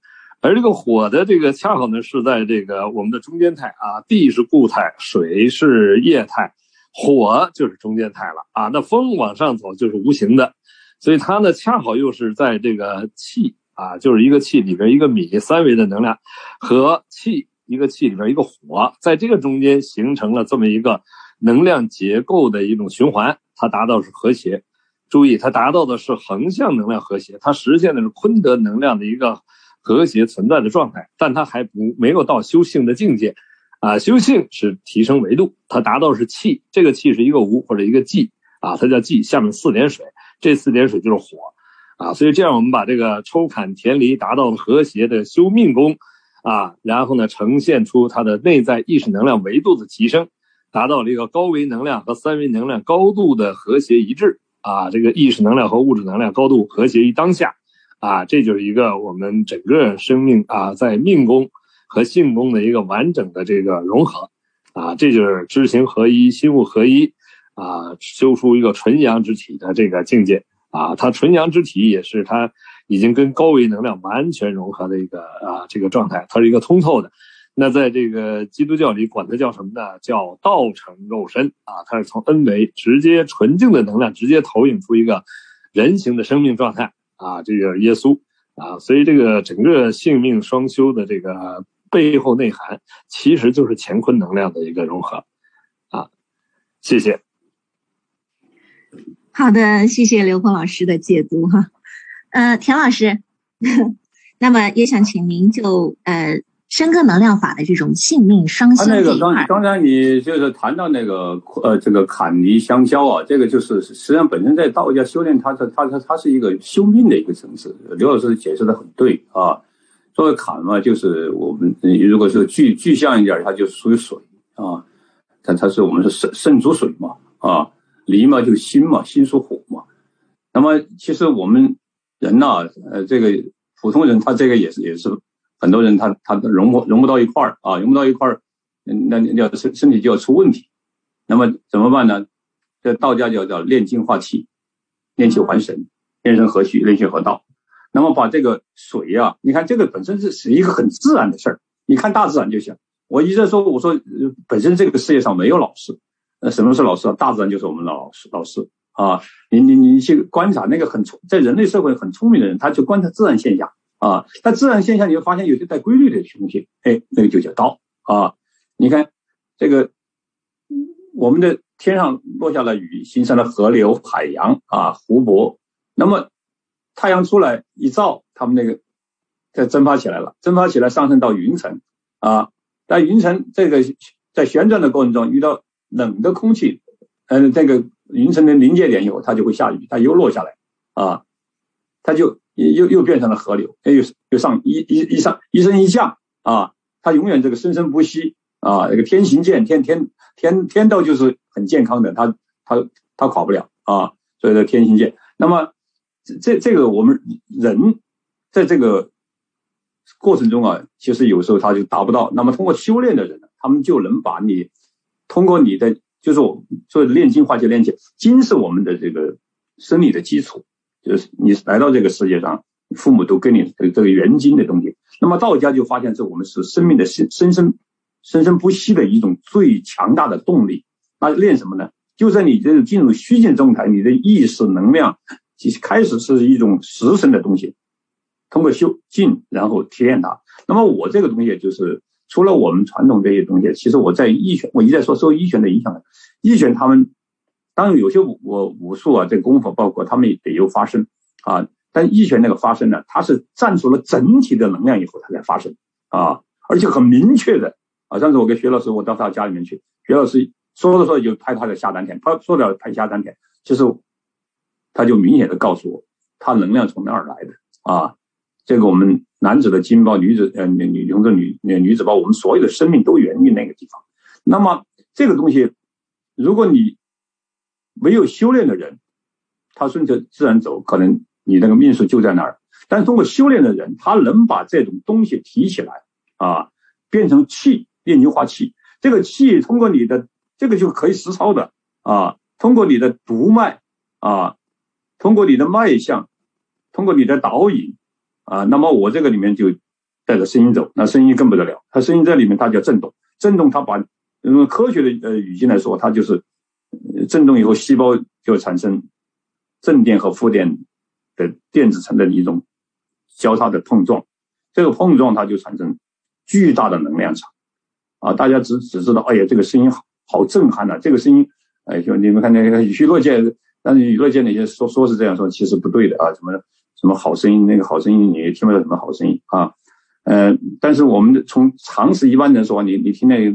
而这个火的这个恰好呢是在这个我们的中间态啊，地是固态，水是液态，火就是中间态了啊。那风往上走就是无形的，所以它呢恰好又是在这个气啊，就是一个气里边一个米三维的能量和气一个气里边一个火，在这个中间形成了这么一个能量结构的一种循环，它达到是和谐。注意，它达到的是横向能量和谐，它实现的是坤德能量的一个和谐存在的状态，但它还没有到修性的境界啊。修性是提升维度，它达到是气，这个气是一个无或者一个寂啊，它叫寂，下面4点水，这4点水就是火啊。所以这样我们把这个抽坎填离达到了和谐的修命功啊，然后呢呈现出它的内在意识能量维度的提升，达到了一个高维能量和三维能量高度的和谐一致啊，这个意识能量和物质能量高度和谐于当下啊，这就是一个我们整个生命啊在命宫和性宫的一个完整的这个融合啊，这就是知行合一、心物合一啊，修出一个纯阳之体的这个境界啊。它纯阳之体也是它已经跟高维能量完全融合的一个这个状态，它是一个通透的。那在这个基督教里管它叫什么呢？叫道成肉身啊，它是从 N 维直接纯净的能量直接投影出一个人形的生命状态啊，这个耶稣啊，所以这个整个性命双修的这个背后内涵，其实就是乾坤能量的一个融合啊。谢谢。 好的，谢谢刘峰老师的解读哈。田老师，那么也想请您就深刻能量法的这种性命双修这一块。 刚才你就是谈到那个这个坎离相消啊，这个就是实际上本身在道家修炼，它是一个修命的一个层次。刘老师解释的很对啊。作为坎嘛，就是我们如果是具象一点，它就属于水啊，它是我们是肾属水嘛啊，离嘛就是心嘛，心属火嘛。那么其实我们人呐，这个普通人他这个也是很多人他融不到一块儿啊，融不到一块儿，那要身体就要出问题。那么怎么办呢？这道家叫炼精化气，炼气还神，炼神合虚，炼血合道。那么把这个水啊，你看这个本身是一个很自然的事儿，你看大自然就行。我一直说，我说本身这个世界上没有老师，什么是老师啊？大自然就是我们的老师啊。你去观察那个在人类社会很聪明的人，他就观察自然现象啊。但自然现象你会发现有些带规律的东西，那个就叫道啊。你看这个我们的天上落下了雨，形成了河流、海洋啊、湖泊，那么太阳出来一照，他们那个再蒸发起来了，蒸发起来上升到云层啊。在云层这个在旋转的过程中遇到冷的空气，这个云层的临界点以后，它就会下雨，它又落下来啊，它就又变成了河流，又上一升一降啊，它永远这个生生不息啊。这个天行健，天道就是很健康的，它垮不了啊，所以说天行健。那么这个我们人在这个过程中啊，其实有时候他就达不到。那么通过修炼的人呢，他们就能把你通过你的，就是我说的炼精化气炼气，精是我们的这个生理的基础，就是你来到这个世界上，父母都给你这个元精的东西。那么道家就发现我们是生命的生生不息的一种最强大的动力。那练什么呢？就在你这个进入虚静状态，你的意识能量其实开始是一种实神的东西，通过修静然后体验它。那么我这个东西就是除了我们传统这些东西，其实我在一拳，我一再说受一拳的影响，一拳他们当然有些武术啊，这个功夫包括他们也有发生啊，但一拳那个发生呢，它是占出了整体的能量以后它才发生啊，而且很明确的啊。上次我跟薛老师，我到他家里面去，薛老师说的时候就拍他的下丹田，他说的拍下丹田，其实他就明显的告诉我，他能量从哪儿来的啊？这个我们男子的精包，女子女子包，我们所有的生命都源于那个地方。那么这个东西，如果你没有修炼的人，他顺着自然走，可能你那个命数就在那儿。但是通过修炼的人，他能把这种东西提起来啊，变成气，炼精化气。这个气通过你的这个就可以实操的啊，通过你的督脉啊，通过你的脉象，通过你的导引啊，那么我这个里面就带着声音走，那声音更不得了，它声音在里面它叫振动，振动它把用科学的语境来说，它就是振动以后细胞就产生正电和负电的电子层的一种交叉的碰撞，这个碰撞它就产生巨大的能量场啊！大家只知道，哎呀，这个声音好震撼啊！这个声音，哎，就你们看那个娱乐界，但是娱乐界那些说是这样说，其实不对的啊！什么好声音，那个好声音你也听不到什么好声音啊！但是我们从常识一般人说，你听那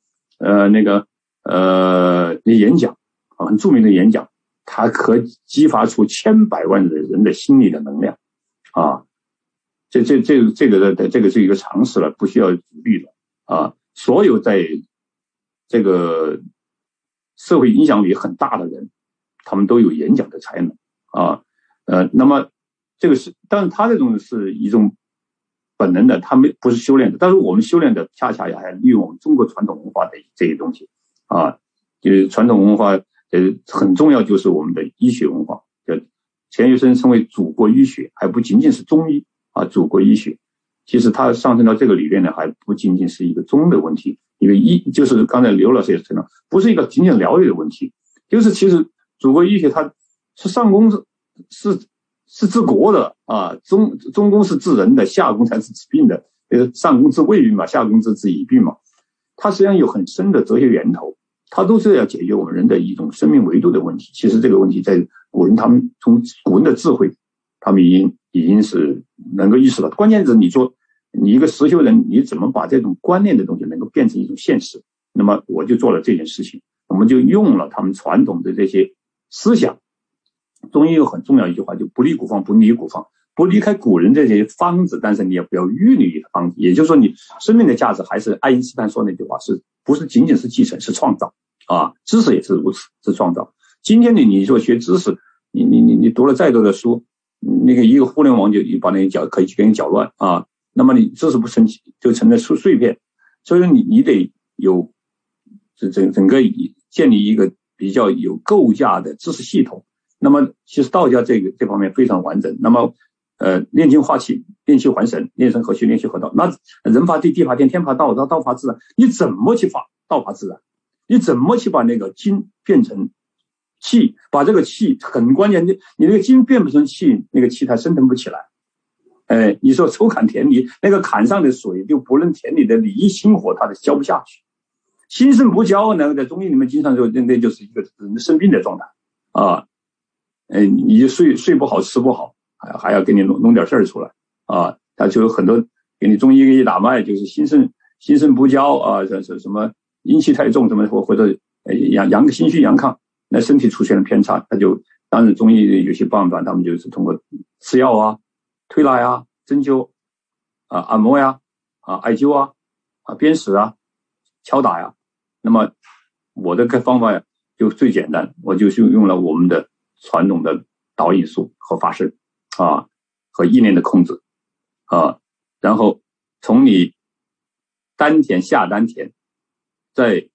演讲啊，很著名的演讲，它可激发出千百万的人的心理的能量啊！这个是一个常识了，不需要举例了啊！所有在这个社会影响力很大的人，他们都有演讲的才能啊。那么这个是，但是他这种是一种本能的，他不是修炼的。但是我们修炼的恰恰还利用我们中国传统文化的这些东西啊，就是传统文化很重要，就是我们的医学文化，钱学森称为祖国医学，还不仅仅是中医啊，祖国医学。其实它上升到这个里面呢，还不仅仅是一个中的问题，一个就是刚才刘老师也提到，不是一个仅仅疗愈的问题，就是其实祖国医学它是上工是治国的啊，中工是治人的，下工才是治病的，上工治未病嘛，下工治已病嘛，它实际上有很深的哲学源头，它都是要解决我们人的一种生命维度的问题。其实这个问题在古人，他们从古人的智慧，他们已经是能够意识到，关键是你一个实修人，你怎么把这种观念的东西能够变成一种现实？那么我就做了这件事情，我们就用了他们传统的这些思想。中医有很重要一句话，就不离古方，不离古方，不离开古人这些方子，但是你也不要拘泥于方子。也就是说，你生命的价值还是爱因斯坦说那句话，是不是仅仅是继承，是创造啊？知识也是如此，是创造。今天你说学知识，你读了再多的书，那个一个互联网就把那可以给你搅乱啊。那么你知识不成器，就成了碎片。所以说你得有整个建立一个比较有构架的知识系统。那么其实道家这方面非常完整。那么炼精化气，炼气还神，炼神合气，炼气合道。那人法地，地法天，天法道，道法自然。你怎么去法道法自然？你怎么去把那个精变成气？把这个气很关键，你那个精变不成气，那个气它升腾不起来。你说抽坎田里，那个坎上的水就不论田里的里一心火，它浇不下去。心肾不交呢，在中医里面经常说，那就是一个人生病的状态啊。你就睡不好，吃不好，还要给你弄点事儿出来啊。他就有很多给你中医给你打脉，就是心肾不交啊，什么阴气太重，什么或者心虚阳亢，那身体出现了偏差，他就当然中医有些办法，他们就是通过吃药啊、推拿呀、针灸啊、按摩呀、艾灸啊、砭石啊、敲打呀。那么我的方法就最简单，我就是用了我们的传统的导引术和发声啊，和意念的控制啊，然后从你丹田下丹田，在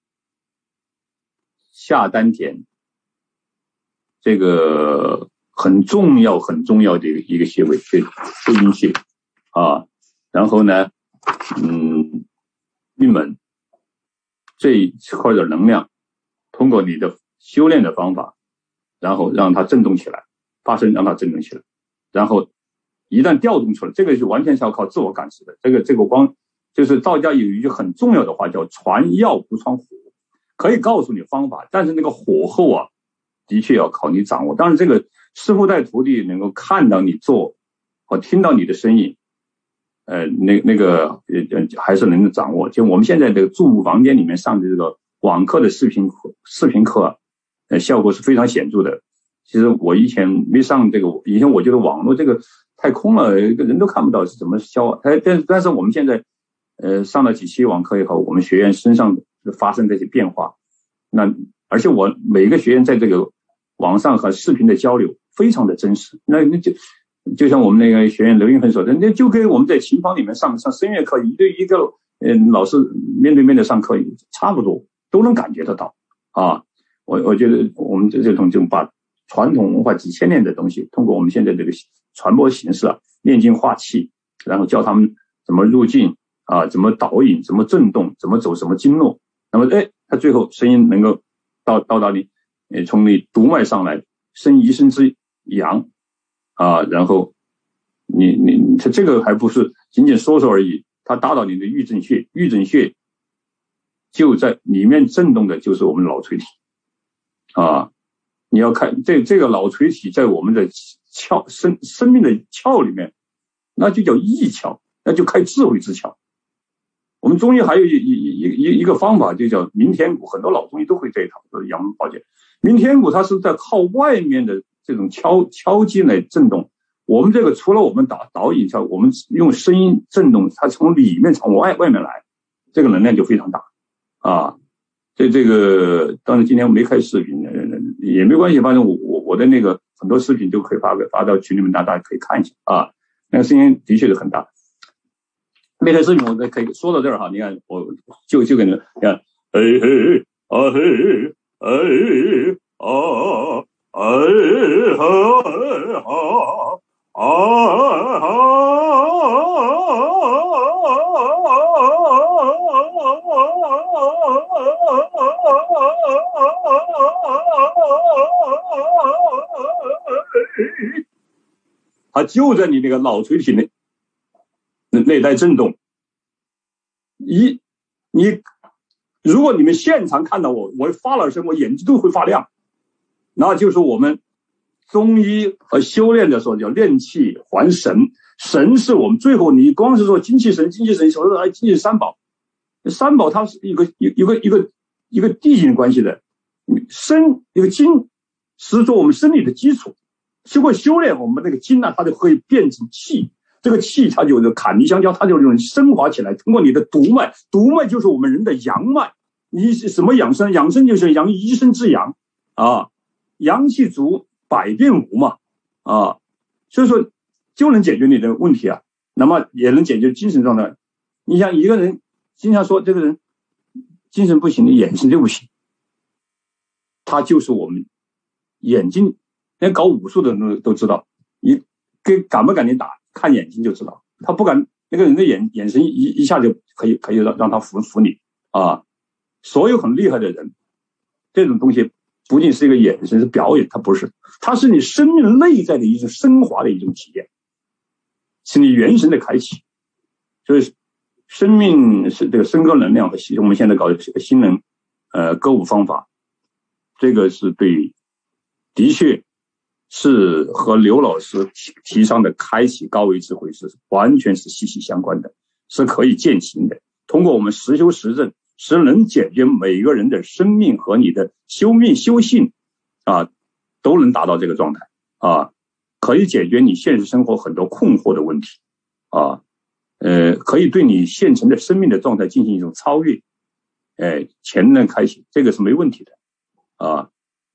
下丹田这个很重要的一个穴位，会阴穴啊，然后呢运门这一块的能量，通过你的修炼的方法，然后让它振动起来，发声让它振动起来，然后一旦调动出来，这个是完全是要靠自我感知的。这个光就是道家有一句很重要的话，叫传药不传火，可以告诉你方法，但是那个火候啊，的确要靠你掌握。当然，这个师傅带徒弟能够看到你做和听到你的声音，还是能够掌握。就我们现在这个住房间里面上的这个网课的视频课，效果是非常显著的。其实我以前没上这个，以前我觉得网络这个太空了，人都看不到是怎么消。但是我们现在上了几期网课以后，我们学员身上发生这些变化。那而且我每个学员在这个网上和视频的交流非常的真实。那就像我们那个学员刘云芬说的，那就跟我们在琴房里面上声乐课一对一个老师面对面的上课差不多，都能感觉得到啊。我觉得我们这种就把传统文化几千年的东西，通过我们现在这个传播形式啊，炼精化气，然后教他们怎么入境啊，怎么导引，怎么震动，怎么走什么经络，那么它最后声音能够到达你，从你督脉上来生一身之阳啊，然后它这个还不是仅仅说而已，它打到你的玉枕穴，玉枕穴就在里面震动的就是我们脑垂体啊。你要看这个脑垂体在我们的生命的窍里面，那就叫意窍，那就开智慧之窍。我们中医还有一个方法，就叫鸣天鼓，很多老中医都会这一套，就是阳门保健。鸣天鼓它是在靠外面的这种敲击来震动，我们这个除了我们导引窍，我们用声音震动，它从里面从外面来，这个能量就非常大啊。这个当然今天我没开视频也没关系，反正我的那个很多视频都可以发到群里面，大家可以看一下啊。那个声音的确是很大。没开视频我可以说到这儿哈，你看我就给你们看，它就在你那个脑垂体内带震动。如果你们现场看到我发了声，我眼睛都会发亮，那就是我们中医和修炼的时候叫炼气还神。神是我们最后，你光是说精气神，说的精气三宝，三宝它是一个递进关系的。一个精是做我们生理的基础，经过修炼，我们那个精呢，它就可以变成气。这个气它就坎离相交，它就升华起来。通过你的督脉，督脉就是我们人的阳脉。你什么养生？养生就是养一身之阳啊，阳气足，百变无嘛啊，所以说就能解决你的问题啊。那么也能解决精神状态。你像一个人经常说这个人精神不行，你眼神就不行，他就是我们眼睛，连搞武术的人都知道，你敢不敢你打？看眼睛就知道，他不敢，那个人的眼神一下就可以让他服你啊。所有很厉害的人，这种东西不仅是一个眼神，是表演，它不是，它是你生命内在的一种升华的一种体验，是你元神的开启。所以生命是这个升高能量和我们现在搞的新能歌舞方法，这个是对，的确是和刘老师提倡的开启高维智慧是完全是息息相关的，是可以践行的。通过我们实修实证，是能解决每个人的生命和你的修命修性啊，都能达到这个状态啊，可以解决你现实生活很多困惑的问题啊，可以对你现成的生命的状态进行一种超越，潜能开启，这个是没问题的啊。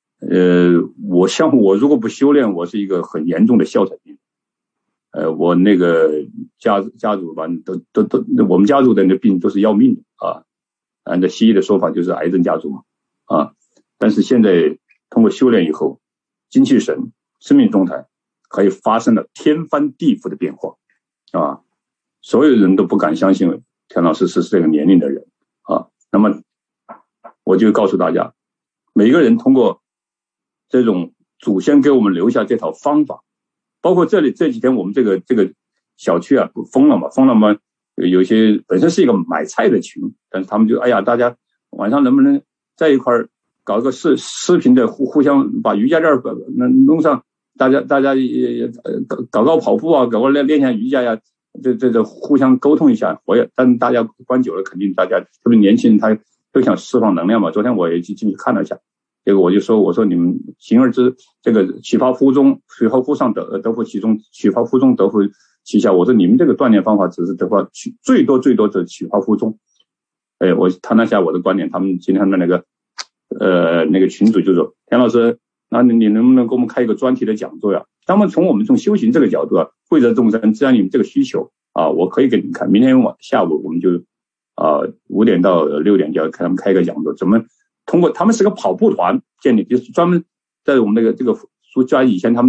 我如果不修炼，我是一个很严重的消沉病。我那个家族吧，都我们家族的那病都是要命的啊。按照西医的说法就是癌症家族嘛啊。但是现在通过修炼以后，精气神生命状态可以发生了天翻地覆的变化啊。所有人都不敢相信田老师是这个年龄的人啊。那么我就告诉大家，每个人通过这种祖先给我们留下这套方法，包括这几天我们这个小区啊封了嘛，有些本身是一个买菜的群，但是他们就大家晚上能不能在一块儿搞个视频的互相把瑜伽垫弄上，大家也搞跑步啊，搞个练下瑜伽呀，这互相沟通一下。但大家关久了，肯定大家特别年轻人他都想释放能量嘛。昨天我也进去看了一下。这个我说你们形而知，这个起发乎中，水和乎上得乎其中，起发乎中得乎其下。我说你们这个锻炼方法只是得话最多只起发乎中。我谈了一下我的观点，他们今天的那个群主就说，田老师，那你能不能给我们开一个专题的讲座呀？他们从我们从修行这个角度啊，惠泽众生，既然你们这个需求啊，我可以给你们看。明天下午我们就5点到6点就要给他们开一个讲座，怎么通过他们是个跑步团建立，就是专门在我们这个苏家以前他们那个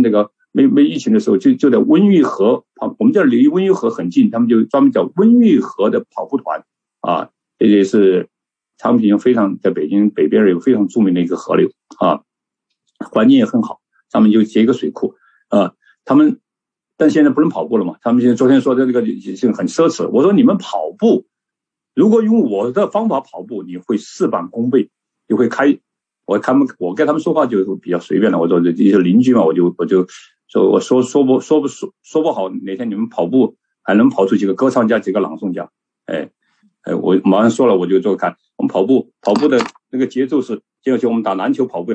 没疫情的时候，就在温榆河跑，我们这离温榆河很近，他们就专门叫温榆河的跑步团啊，这也是昌平非常在北京北边有非常著名的一个河流啊，环境也很好，上面就结一个水库啊，但现在不能跑步了嘛，他们现在昨天说的这个已经很奢侈，我说你们跑步，如果用我的方法跑步，你会事半功倍，你会我跟他们说话就比较随便了，我说这些邻居嘛，我就说我说不好，哪天你们跑步还能跑出几个歌唱家几个朗诵家，我马上说了，我就做看我们跑步的那个节奏是就像我们打篮球跑步，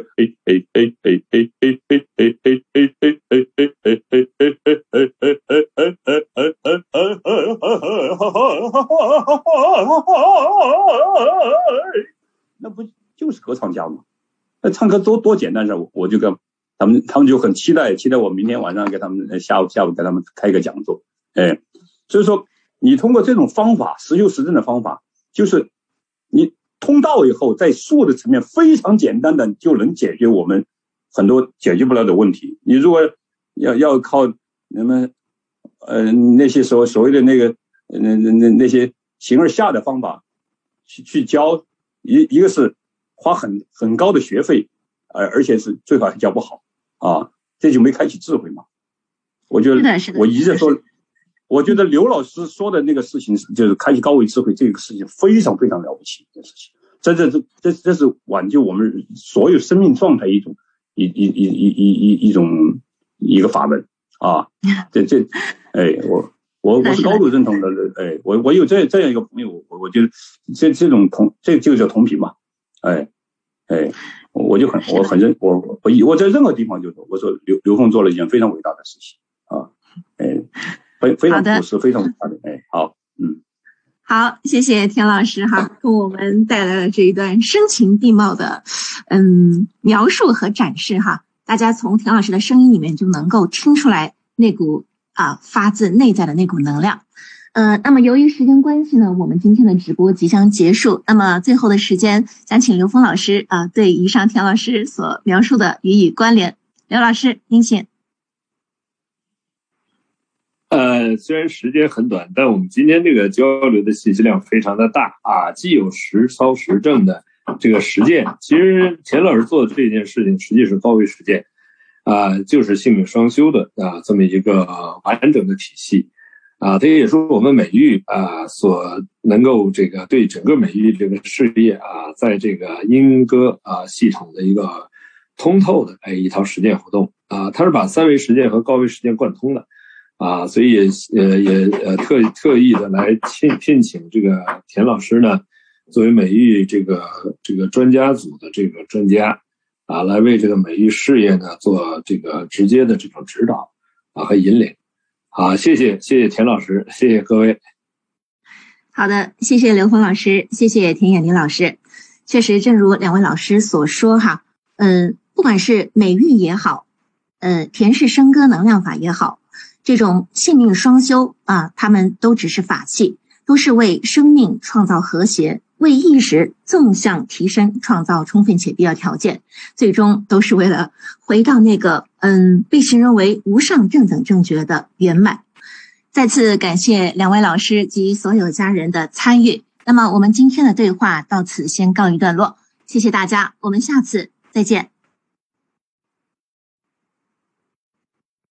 那不就是歌唱家吗？那唱歌多简单事，我就跟他们就很期待我明天晚上给他们下午给他们开一个讲座，所以说你通过这种方法，实修实证的方法，就是你通道以后，在术的层面非常简单的就能解决我们很多解决不了的问题。你如果要靠那些所谓的那些形而下的方法去教，一个是花很高的学费，而且是最好还教不好啊，这就没开启智慧嘛。我觉得我一直说。我觉得刘老师说的那个事情就是开启高维智慧，这个事情非常非常了不起的事情，这是挽救我们所有生命状态一个法门啊！我是高度认同的，我有这样一个朋友，我觉得这就叫同频嘛，我在任何地方就说，我说刘峰做了一件非常伟大的事情啊，非常朴实，非常大的好， 好，谢谢田老师哈，给我们带来了这一段声情并茂的描述和展示哈，大家从田老师的声音里面就能够听出来那股发自内在的那股能量。那么由于时间关系呢，我们今天的直播即将结束，那么最后的时间想请刘峰老师对以上田老师所描述的予以关联。刘老师您请。 虽然时间很短，但我们今天这个交流的信息量非常的大啊，既有实操实证的这个实践，其实田老师做的这件事情实际是高维实践就是性命双修的这么一个完整的体系这也是我们美育所能够这个对整个美育这个事业在这个音歌系统的一个通透的一套实践活动它是把三维实践和高维实践贯通的所以也特意的来聘请这个田老师呢，作为美育这个专家组的这个专家来为这个美育事业呢做这个直接的这种指导和引领谢谢田老师，谢谢各位。 好的，谢谢刘峰老师，谢谢田眼玲老师。确实，正如两位老师所说哈，不管是美育也好，田氏笙歌能量法也好。这种性命双修他们都只是法器，都是为生命创造和谐，为意识纵向提升创造充分且必要条件，最终都是为了回到那个被形容为无上正等正觉的圆满。再次感谢两位老师及所有家人的参与。那么我们今天的对话到此先告一段落，谢谢大家，我们下次再见。